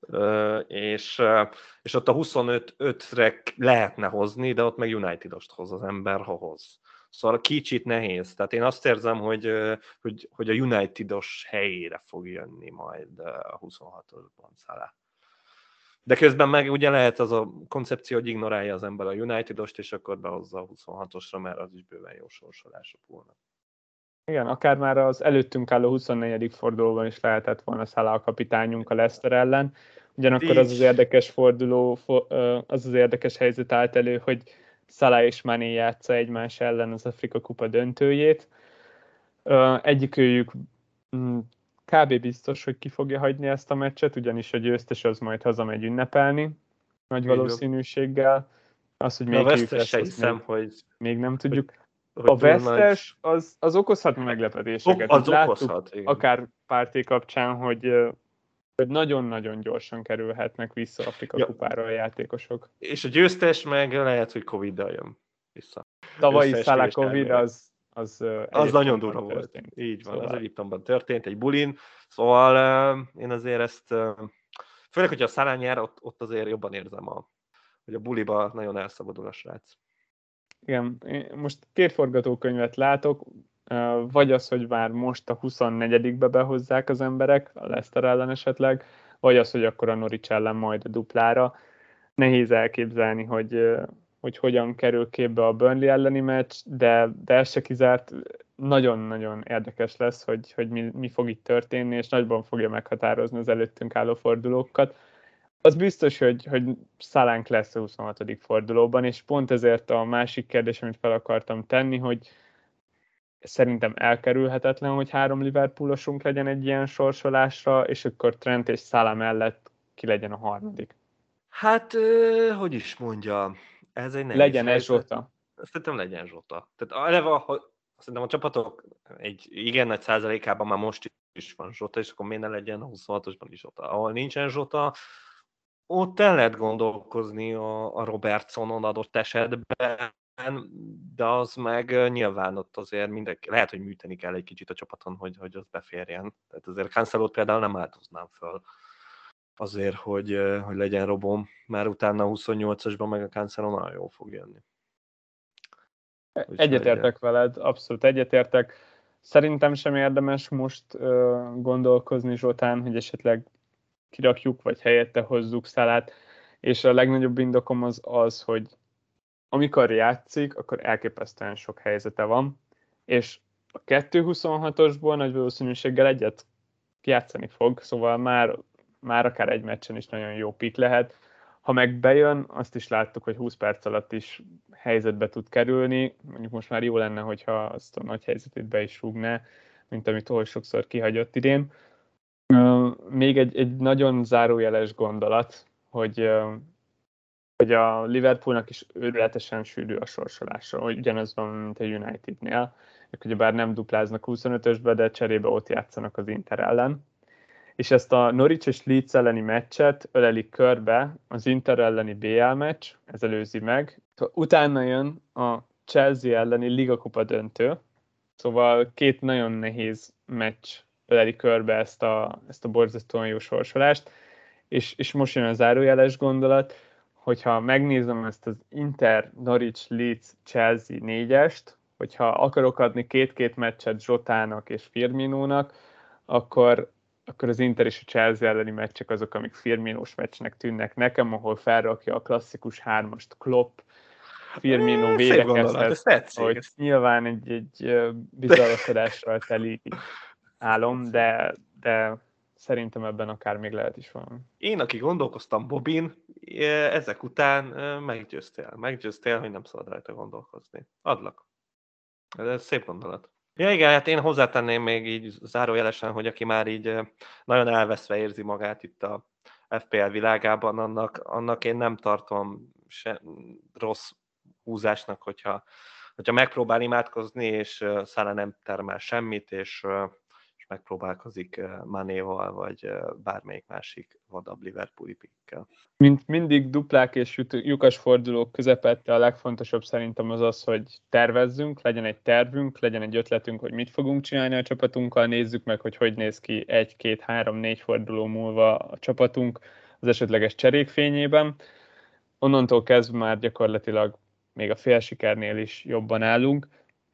A: és ott a 25-re lehetne hozni, de ott meg United-ost hoz az ember, ha hoz. Szóval kicsit nehéz. Tehát én azt érzem, hogy a United-os helyére fog jönni majd a 26-osban Salah. De közben meg ugye lehet az a koncepció, hogy ignorálja az ember a United-ost, és akkor behozza a 26-osra, mert az is bőven jó sorsolás a poolnak.
B: Igen, akár már az előttünk álló 24. fordulóban is lehetett volna Salah a kapitányunk a Leicester ellen. Ugyanakkor az érdekes forduló, az érdekes helyzet állt elő, hogy Salah és Mané játsza egymás ellen az Afrika Kupa döntőjét. Egyikőjük kb. Biztos, hogy ki fogja hagyni ezt a meccset, ugyanis a győztes az majd hazamegy ünnepelni, nagy valószínűséggel. Az, hogy még
A: hiszem, hogy
B: még nem tudjuk. A vesztes az okozhat meglepetéseket.
A: Az okozhat,
B: igen. Akár Partey kapcsán, hogy nagyon-nagyon gyorsan kerülhetnek vissza Afrika Kupára a játékosok.
A: És a győztes meg lehet, hogy Covid-dal jön vissza.
B: Tavalyi Salah Covid az
A: nagyon durva volt. Így van, szóval. Az Egyiptomban történt, egy bulin. Szóval én azért ezt, főleg, hogyha a Salah nyer, ott azért jobban érzem, hogy a buliba nagyon elszabadul a srác.
B: Igen, most két forgatókönyvet látok, vagy az, hogy már most a 24-be behozzák az emberek, a Leicester ellen esetleg, vagy az, hogy akkor a Norwich ellen majd a duplára. Nehéz elképzelni, hogy hogyan kerül képbe a Burnley elleni meccs, de ez se kizárt, nagyon-nagyon érdekes lesz, hogy mi fog itt történni, és nagyban fogja meghatározni az előttünk álló fordulókat. Az biztos, hogy Salánk lesz a 26. fordulóban, és pont ezért a másik kérdés, amit fel akartam tenni, hogy szerintem elkerülhetetlen, hogy 3 Liverpoolosunk legyen egy ilyen sorsolásra, és akkor Trent és Salah mellett ki legyen a harmadik.
A: Hát, hogy is mondja, ez egy nehéz
B: legyen ez Zsota.
A: Szerintem legyen Zsota. Tehát eleve, szerintem a csapatok egy igen nagy százalékában már most is van Zsota, és akkor miért ne legyen a 26-osban is Zsota. Ahol nincsen Zsota, ott el lehet gondolkozni a Robertsonon adott esetben, de az meg nyilván ott azért mindenki, lehet, hogy műteni kell egy kicsit a csapaton, hogy az beférjen. Tehát azért Cancelót például nem áldoznám föl azért, hogy legyen robom, mert utána a 28-asban meg a Cancelo nagyon jól fog jönni.
B: Egyetértek veled, abszolút egyetértek. Szerintem sem érdemes most gondolkozni Zsotán, hogy esetleg kirakjuk, vagy helyette hozzuk Szalát, és a legnagyobb indokom az, hogy amikor játszik, akkor elképesztően sok helyzete van, és a 2-26-osból nagy valószínűséggel egyet játszani fog, szóval már akár egy meccsen is nagyon jó pick lehet. Ha meg bejön, azt is láttuk, hogy 20 perc alatt is helyzetbe tud kerülni, mondjuk most már jó lenne, hogyha azt a nagy helyzetét be is rúgná, mint amit oly sokszor kihagyott idén. Még egy nagyon zárójeles gondolat, hogy a Liverpoolnak is őrületesen sűrű a sorsolása, hogy ugyanaz van, mint a Unitednél. Ők ugyebár nem dupláznak 25-ösbe, de cserébe ott játszanak az Inter ellen. És ezt a Norwich és Leeds elleni meccset ölelik körbe az Inter elleni BL meccs, ez előzi meg. Utána jön a Chelsea elleni Liga Kupa döntő, szóval két nagyon nehéz meccs öleli körbe ezt a borzasztóan jó sorsolást, és most jön a zárójeles gondolat, hogyha megnézem ezt az Inter, Norwich, Leeds, Chelsea 4-est, hogyha akarok adni két-két meccset Zsotának és Firminónak, akkor az Inter és a Chelsea elleni meccsek azok, amik Firminós meccsnek tűnnek nekem, ahol felrakja a klasszikus hármast Klopp, Firmino védekezhet, hogy nyilván egy bizalmasodással teli álom, de szerintem ebben akár még lehet is valami.
A: Én, aki gondolkoztam Bobin, ezek után meggyőztél, hogy nem szabad rajta gondolkozni. Adlak. Ez szép gondolat. Ja igen, hát én hozzátenném még így zárójelesen, hogy aki már így nagyon elveszve érzi magát itt a FPL világában, annak én nem tartom se rossz húzásnak, hogyha megpróbál imádkozni, és Salah nem termel semmit, és megpróbálkozik Manéval, vagy bármelyik másik vadabb Liverpooli pickkel.
B: Mint mindig duplák és lyukas fordulók közepette a legfontosabb szerintem az, hogy tervezzünk, legyen egy tervünk, legyen egy ötletünk, hogy mit fogunk csinálni a csapatunkkal, nézzük meg, hogy néz ki 1, 2, 3, 4 forduló múlva a csapatunk az esetleges cserék fényében. Onnantól kezdve már gyakorlatilag még a fél sikernél is jobban állunk.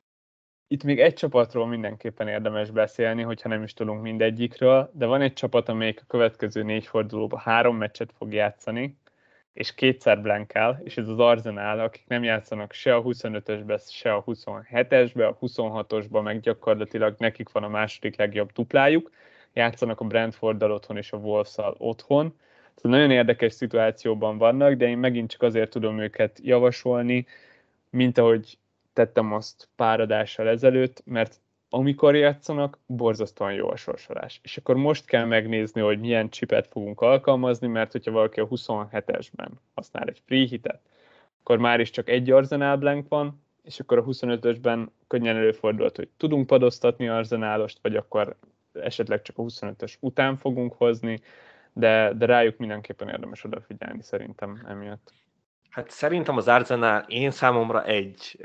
B: Itt még egy csapatról mindenképpen érdemes beszélni, hogyha nem is tudunk mindegyikről, de van egy csapat, amelyik a következő 4 fordulóban 3 meccset fog játszani, és 2-szer blankál, és ez az Arsenal, akik nem játszanak se a 25-ösbe, se a 27-esbe, a 26-osba meg gyakorlatilag nekik van a második legjobb duplájuk, játszanak a Brentforddal otthon és a Wolvesszal otthon. Tehát nagyon érdekes szituációban vannak, de én megint csak azért tudom őket javasolni, mint ahogy tettem azt pár adással ezelőtt, mert amikor játszanak, borzasztóan jó a sorsolás. És akkor most kell megnézni, hogy milyen chipet fogunk alkalmazni, mert hogyha valaki a 27-esben használ egy free hitet, akkor már is csak egy Arsenal blank van, és akkor a 25-ösben könnyen előfordult, hogy tudunk padoztatni Arsenálost, vagy akkor esetleg csak a 25-ös után fogunk hozni, de rájuk mindenképpen érdemes odafigyelni szerintem emiatt.
A: Hát szerintem az Arsenal én számomra egy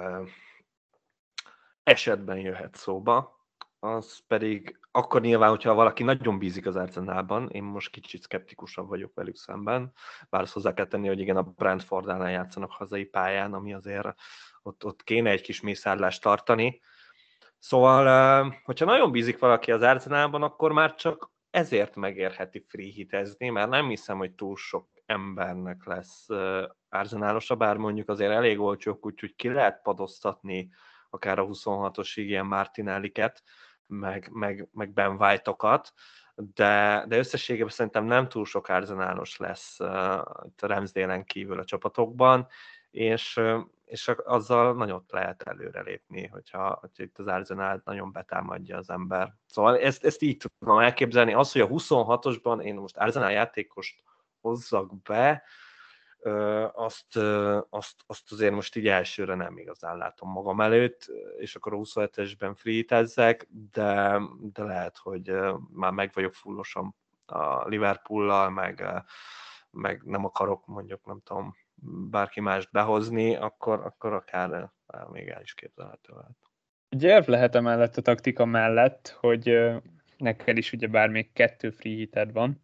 A: esetben jöhet szóba, az pedig akkor nyilván, hogyha valaki nagyon bízik az Arsenalban, én most kicsit szkeptikusabb vagyok velük szemben, bár azt hozzá kell tenni, hogy igen, a Brentford ellen játszanak hazai pályán, ami azért ott kéne egy kis mészárlást tartani. Szóval, hogyha nagyon bízik valaki az Arsenalban, akkor már csak ezért megérheti free hitezni, mert nem hiszem, hogy túl sok embernek lesz Arsenalos, bár mondjuk azért elég olcsók, úgyhogy ki lehet padoztatni akár a 26-osig ilyen Martinelliket, meg Ben White-okat, de összességében szerintem nem túl sok Arsenalos lesz a Ramsdale-en kívül a csapatokban, és azzal nagyot lehet előrelépni, hogyha itt az Arsenal nagyon betámadja az ember. Szóval ezt így tudom elképzelni. Az, hogy a 26-osban én most Arsenal játékost hozzak be, azt azért most így elsőre nem igazán látom magam előtt, és akkor a 27-esben free-tezzek, de lehet, hogy már meg vagyok fullosan a Liverpoollal, meg nem akarok mondjuk, nem tudom, bárki mást behozni, akkor akár még el is képzelhető lehet.
B: Egy érv lehet emellett a taktika mellett, hogy neked is ugye bár még 2 free hited van,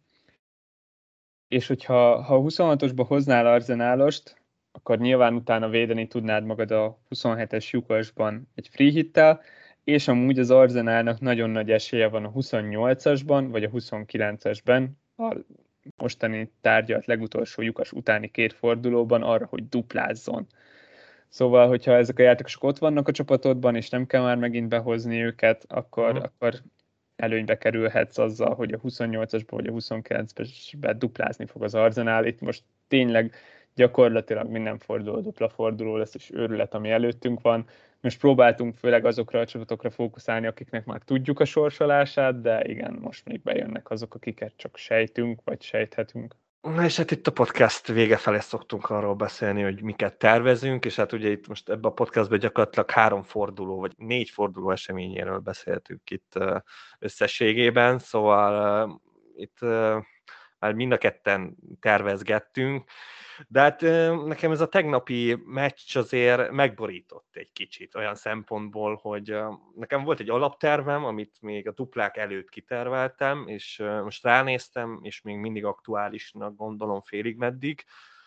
B: és hogyha a 26-osba hoznál Arzenálost, akkor nyilván utána védeni tudnád magad a 27-es lyukasban egy free hittel, és amúgy az Arzenálnak nagyon nagy esélye van a 28-asban, vagy a 29-esben, a mostani tárgyalt legutolsó lyukas utáni 2 fordulóban arra, hogy duplázzon. Szóval, hogyha ezek a játékosok ott vannak a csapatodban, és nem kell már megint behozni őket, akkor előnybe kerülhetsz azzal, hogy a 28-asban vagy a 29-esben duplázni fog az Arzenál. Itt most tényleg gyakorlatilag minden forduló dupla forduló lesz, és őrület, ami előttünk van. Most próbáltunk főleg azokra a csapatokra fókuszálni, akiknek már tudjuk a sorsolását, de igen, most még bejönnek azok, akiket csak sejtünk, vagy sejthetünk.
A: Na és hát itt a podcast vége felé szoktunk arról beszélni, hogy miket tervezünk, és hát ugye itt most ebben a podcastban gyakorlatilag 3 forduló, vagy 4 forduló eseményéről beszéltünk itt összességében, szóval itt már mind a ketten tervezgettünk, de hát nekem ez a tegnapi meccs azért megborított egy kicsit olyan szempontból, hogy nekem volt egy alaptervem, amit még a duplák előtt kiterveltem, és most ránéztem, és még mindig aktuálisnak gondolom félig meddig,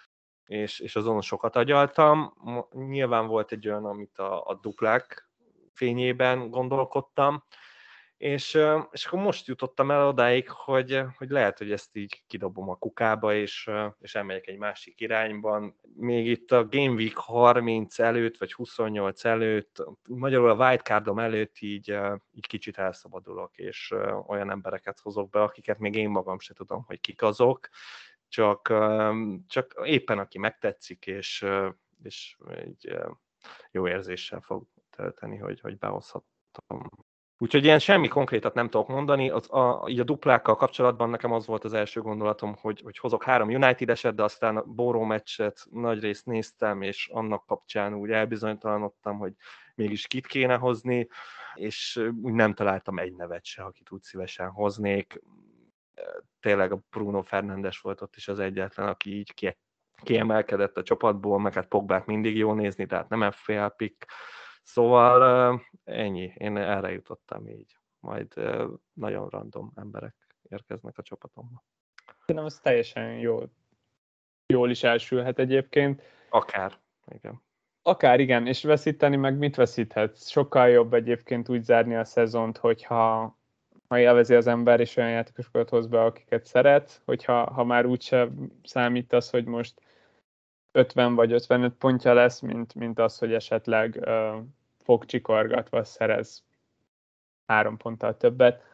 A: és azon sokat agyaltam. Nyilván volt egy olyan, amit a duplák fényében gondolkodtam, és akkor most jutottam el odáig, hogy lehet, hogy ezt így kidobom a kukába, és elmegyek egy másik irányban. Még itt a Game Week 30 előtt, vagy 28 előtt, magyarul a wildcardom előtt így kicsit elszabadulok, és olyan embereket hozok be, akiket még én magam se tudom, hogy kik azok, csak éppen aki megtetszik, és így jó érzéssel fog tölteni, hogy behozhatom. Úgyhogy ilyen semmi konkrétat nem tudok mondani. Így a duplákkal kapcsolatban nekem az volt az első gondolatom, hogy hozok 3 United-eset, de aztán a Boro meccset nagy részt néztem, és annak kapcsán úgy elbizonytalanodtam, hogy mégis kit kéne hozni, és úgy nem találtam egy nevet se, akit úgy szívesen hoznék. Tényleg a Bruno Fernandes volt ott is az egyetlen, aki így kiemelkedett a csapatból, meg hát Pogbát mindig jó nézni, tehát nem FPL pick. Szóval ennyi, én erre jutottam így. Majd nagyon random emberek érkeznek a csapatomba.
B: Szerintem ez teljesen jól is elsülhet egyébként.
A: Akár, igen.
B: Akár igen, és veszíteni meg mit veszíthetsz? Sokkal jobb egyébként úgy zárni a szezont, hogyha élvezi az ember, és olyan játékosokat hoz be, akiket szeret, hogyha már úgyse számítasz, hogy most 50 vagy 55 pontja lesz, mint az, hogy esetleg fogcsikorgatva szerez 3 ponttal többet.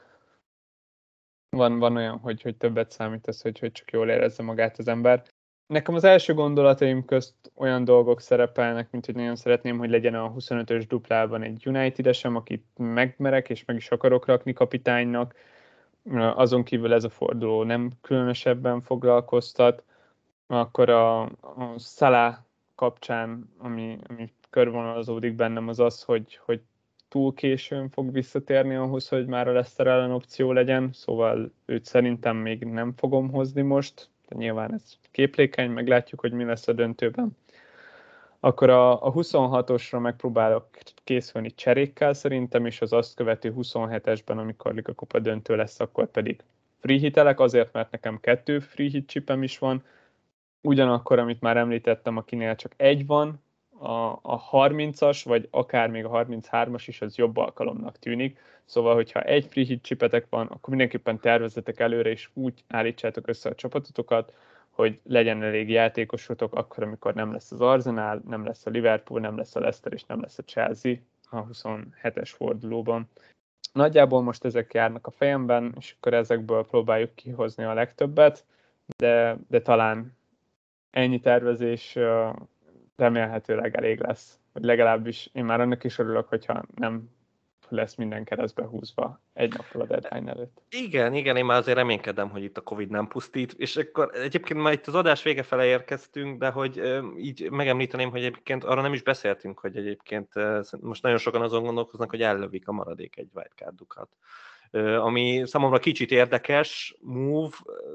B: Van olyan, hogy többet számítasz, hogy csak jól érezze magát az ember. Nekem az első gondolataim közt olyan dolgok szerepelnek, mint hogy nagyon szeretném, hogy legyen a 25-ös duplában egy United-esem, akit megmerek és meg is akarok rakni kapitánynak. Azon kívül ez a forduló nem különösebben foglalkoztat. Akkor a Salah kapcsán, ami körvonalazódik bennem, az, hogy túl későn fog visszatérni ahhoz, hogy már a Leicester ellen opció legyen, szóval őt szerintem még nem fogom hozni most, de nyilván ez képlékeny, meglátjuk, hogy mi lesz a döntőben. Akkor a 26-osra megpróbálok készülni cserékkel szerintem, és az azt követő 27-esben, amikor Liga Kupa döntő lesz, akkor pedig free hitelek, azért, mert nekem 2 free hit chipem is van, ugyanakkor, amit már említettem, akinél csak egy van, a 30-as, vagy akár még a 33-as is az jobb alkalomnak tűnik. Szóval, hogyha egy free hit chipetek van, akkor mindenképpen tervezzetek előre, és úgy állítsátok össze a csapatotokat, hogy legyen elég játékosotok akkor, amikor nem lesz az Arsenal, nem lesz a Liverpool, nem lesz a Leicester, és nem lesz a Chelsea a 27-es fordulóban. Nagyjából most ezek járnak a fejemben, és akkor ezekből próbáljuk kihozni a legtöbbet, de talán ennyi tervezés remélhetőleg elég lesz. Vagy legalábbis én már annak is örülök, hogyha nem lesz minden keresztbe húzva egy nappal a deadline előtt.
A: Igen, én már azért reménykedem, hogy itt a Covid nem pusztít, és akkor egyébként már itt az adás vége fele érkeztünk, de hogy így megemlíteném, hogy egyébként arra nem is beszéltünk, hogy egyébként most nagyon sokan azon gondolkoznak, hogy ellövik a maradék egy wildcardukat. Ami számomra kicsit érdekes move,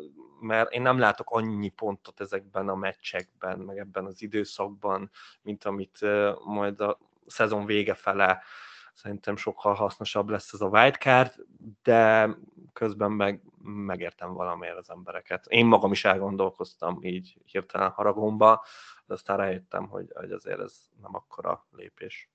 A: mert én nem látok annyi pontot ezekben a meccsekben, meg ebben az időszakban, mint amit majd a szezon vége fele szerintem sokkal hasznosabb lesz ez a wildcard, de közben megértem valamiért az embereket. Én magam is elgondolkoztam így hirtelen haragomba, de aztán rájöttem, hogy azért ez nem akkora lépés.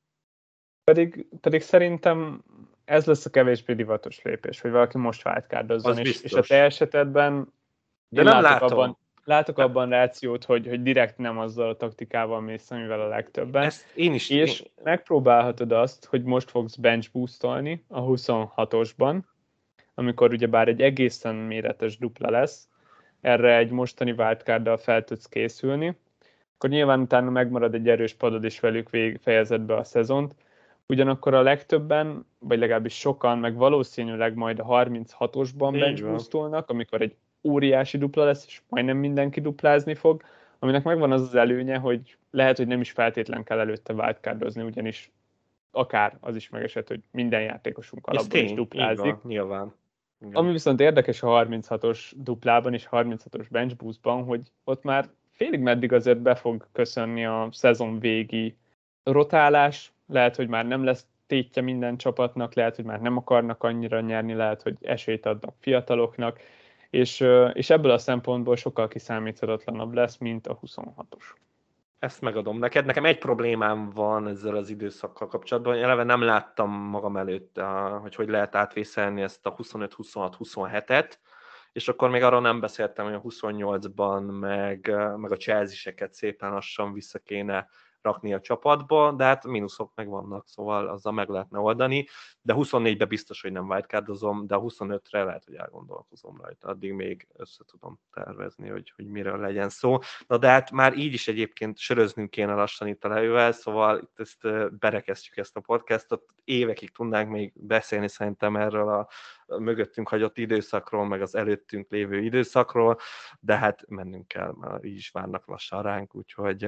B: Pedig szerintem ez lesz a kevésbé divatos lépés, hogy valaki most wildcardozzon, és a te esetedben
A: de nem látom.
B: Látok abban rációt, hogy direkt nem azzal a taktikával mész, amivel a legtöbben.
A: Ezt én is.
B: És megpróbálhatod azt, hogy most fogsz bench boostolni a 26-osban, amikor ugyebár egy egészen méretes dupla lesz, erre egy mostani wildcarddal fel tudsz készülni, akkor nyilván utána megmarad egy erős padod, és velük fejezed be a szezont. Ugyanakkor a legtöbben, vagy legalábbis sokan, meg valószínűleg majd a 36-osban bench boostolnak, amikor egy óriási dupla lesz, és majdnem mindenki duplázni fog, aminek megvan az előnye, hogy lehet, hogy nem is feltétlen kell előtte wildcardozni, ugyanis akár az is megesett, hogy minden játékosunk alapban is duplázik.
A: Van, nyilván.
B: Ami viszont érdekes a 36-os duplában és 36-os bench boostban, hogy ott már félig meddig azért be fog köszönni a szezon végi rotálás, lehet, hogy már nem lesz tétje minden csapatnak, lehet, hogy már nem akarnak annyira nyerni, lehet, hogy esélyt adnak fiataloknak, és ebből a szempontból sokkal kiszámíthatatlanabb lesz, mint a 26-os.
A: Ezt megadom neked. Nekem egy problémám van ezzel az időszakkal kapcsolatban. Eleve nem láttam magam előtt, hogy lehet átvészelni ezt a 25-26-27-et, és akkor még arról nem beszéltem, hogy a 28-ban meg a Chelsea-seket szépen lassan vissza kéne rakni a csapatba, de hát mínuszok meg vannak, szóval azzal meg lehetne oldani, de 24-ben biztos, hogy nem wildcardozom, de a 25-re lehet, hogy elgondolkozom rajta, addig még össze tudom tervezni, hogy miről legyen szó. Na de hát már így is egyébként söröznünk kéne lassan itt a Levővel, szóval itt ezt berekeztjük ezt a podcastot, évekig tudnánk még beszélni szerintem erről a mögöttünk hagyott időszakról, meg az előttünk lévő időszakról, de hát mennünk kell, mert így is várnak lassan ránk, úgyhogy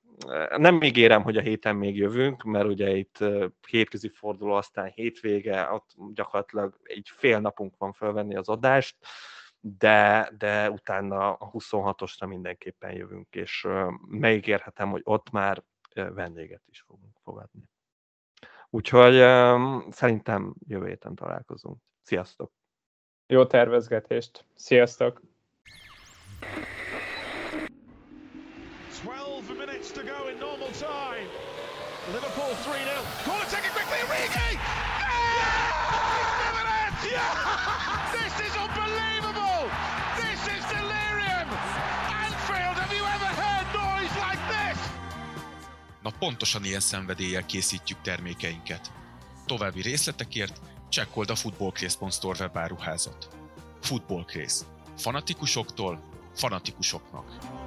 A: nem ígérem, hogy a héten még jövünk, mert ugye itt hétközi forduló, aztán hétvége, ott gyakorlatilag egy fél napunk van felvenni az adást, de utána a 26-osra mindenképpen jövünk, és megígérhetem, hogy ott már vendéget is fogunk fogadni. Úgyhogy szerintem jövő héten találkozunk. Sziasztok!
B: Jó tervezgetést! Sziasztok!
C: 12 minutes to go in normal time. Liverpool 3-0. Corner taken quickly, Origi! Yeah! This is unbelievable! This is delirium! Anfield, have you ever heard noise like this?
D: Na pontosan ilyen szenvedéllyel készítjük termékeinket. További részletekért csekkold a footballcraze.store webáruházat. Footballcraze. Fanatikusoktól fanatikusoknak.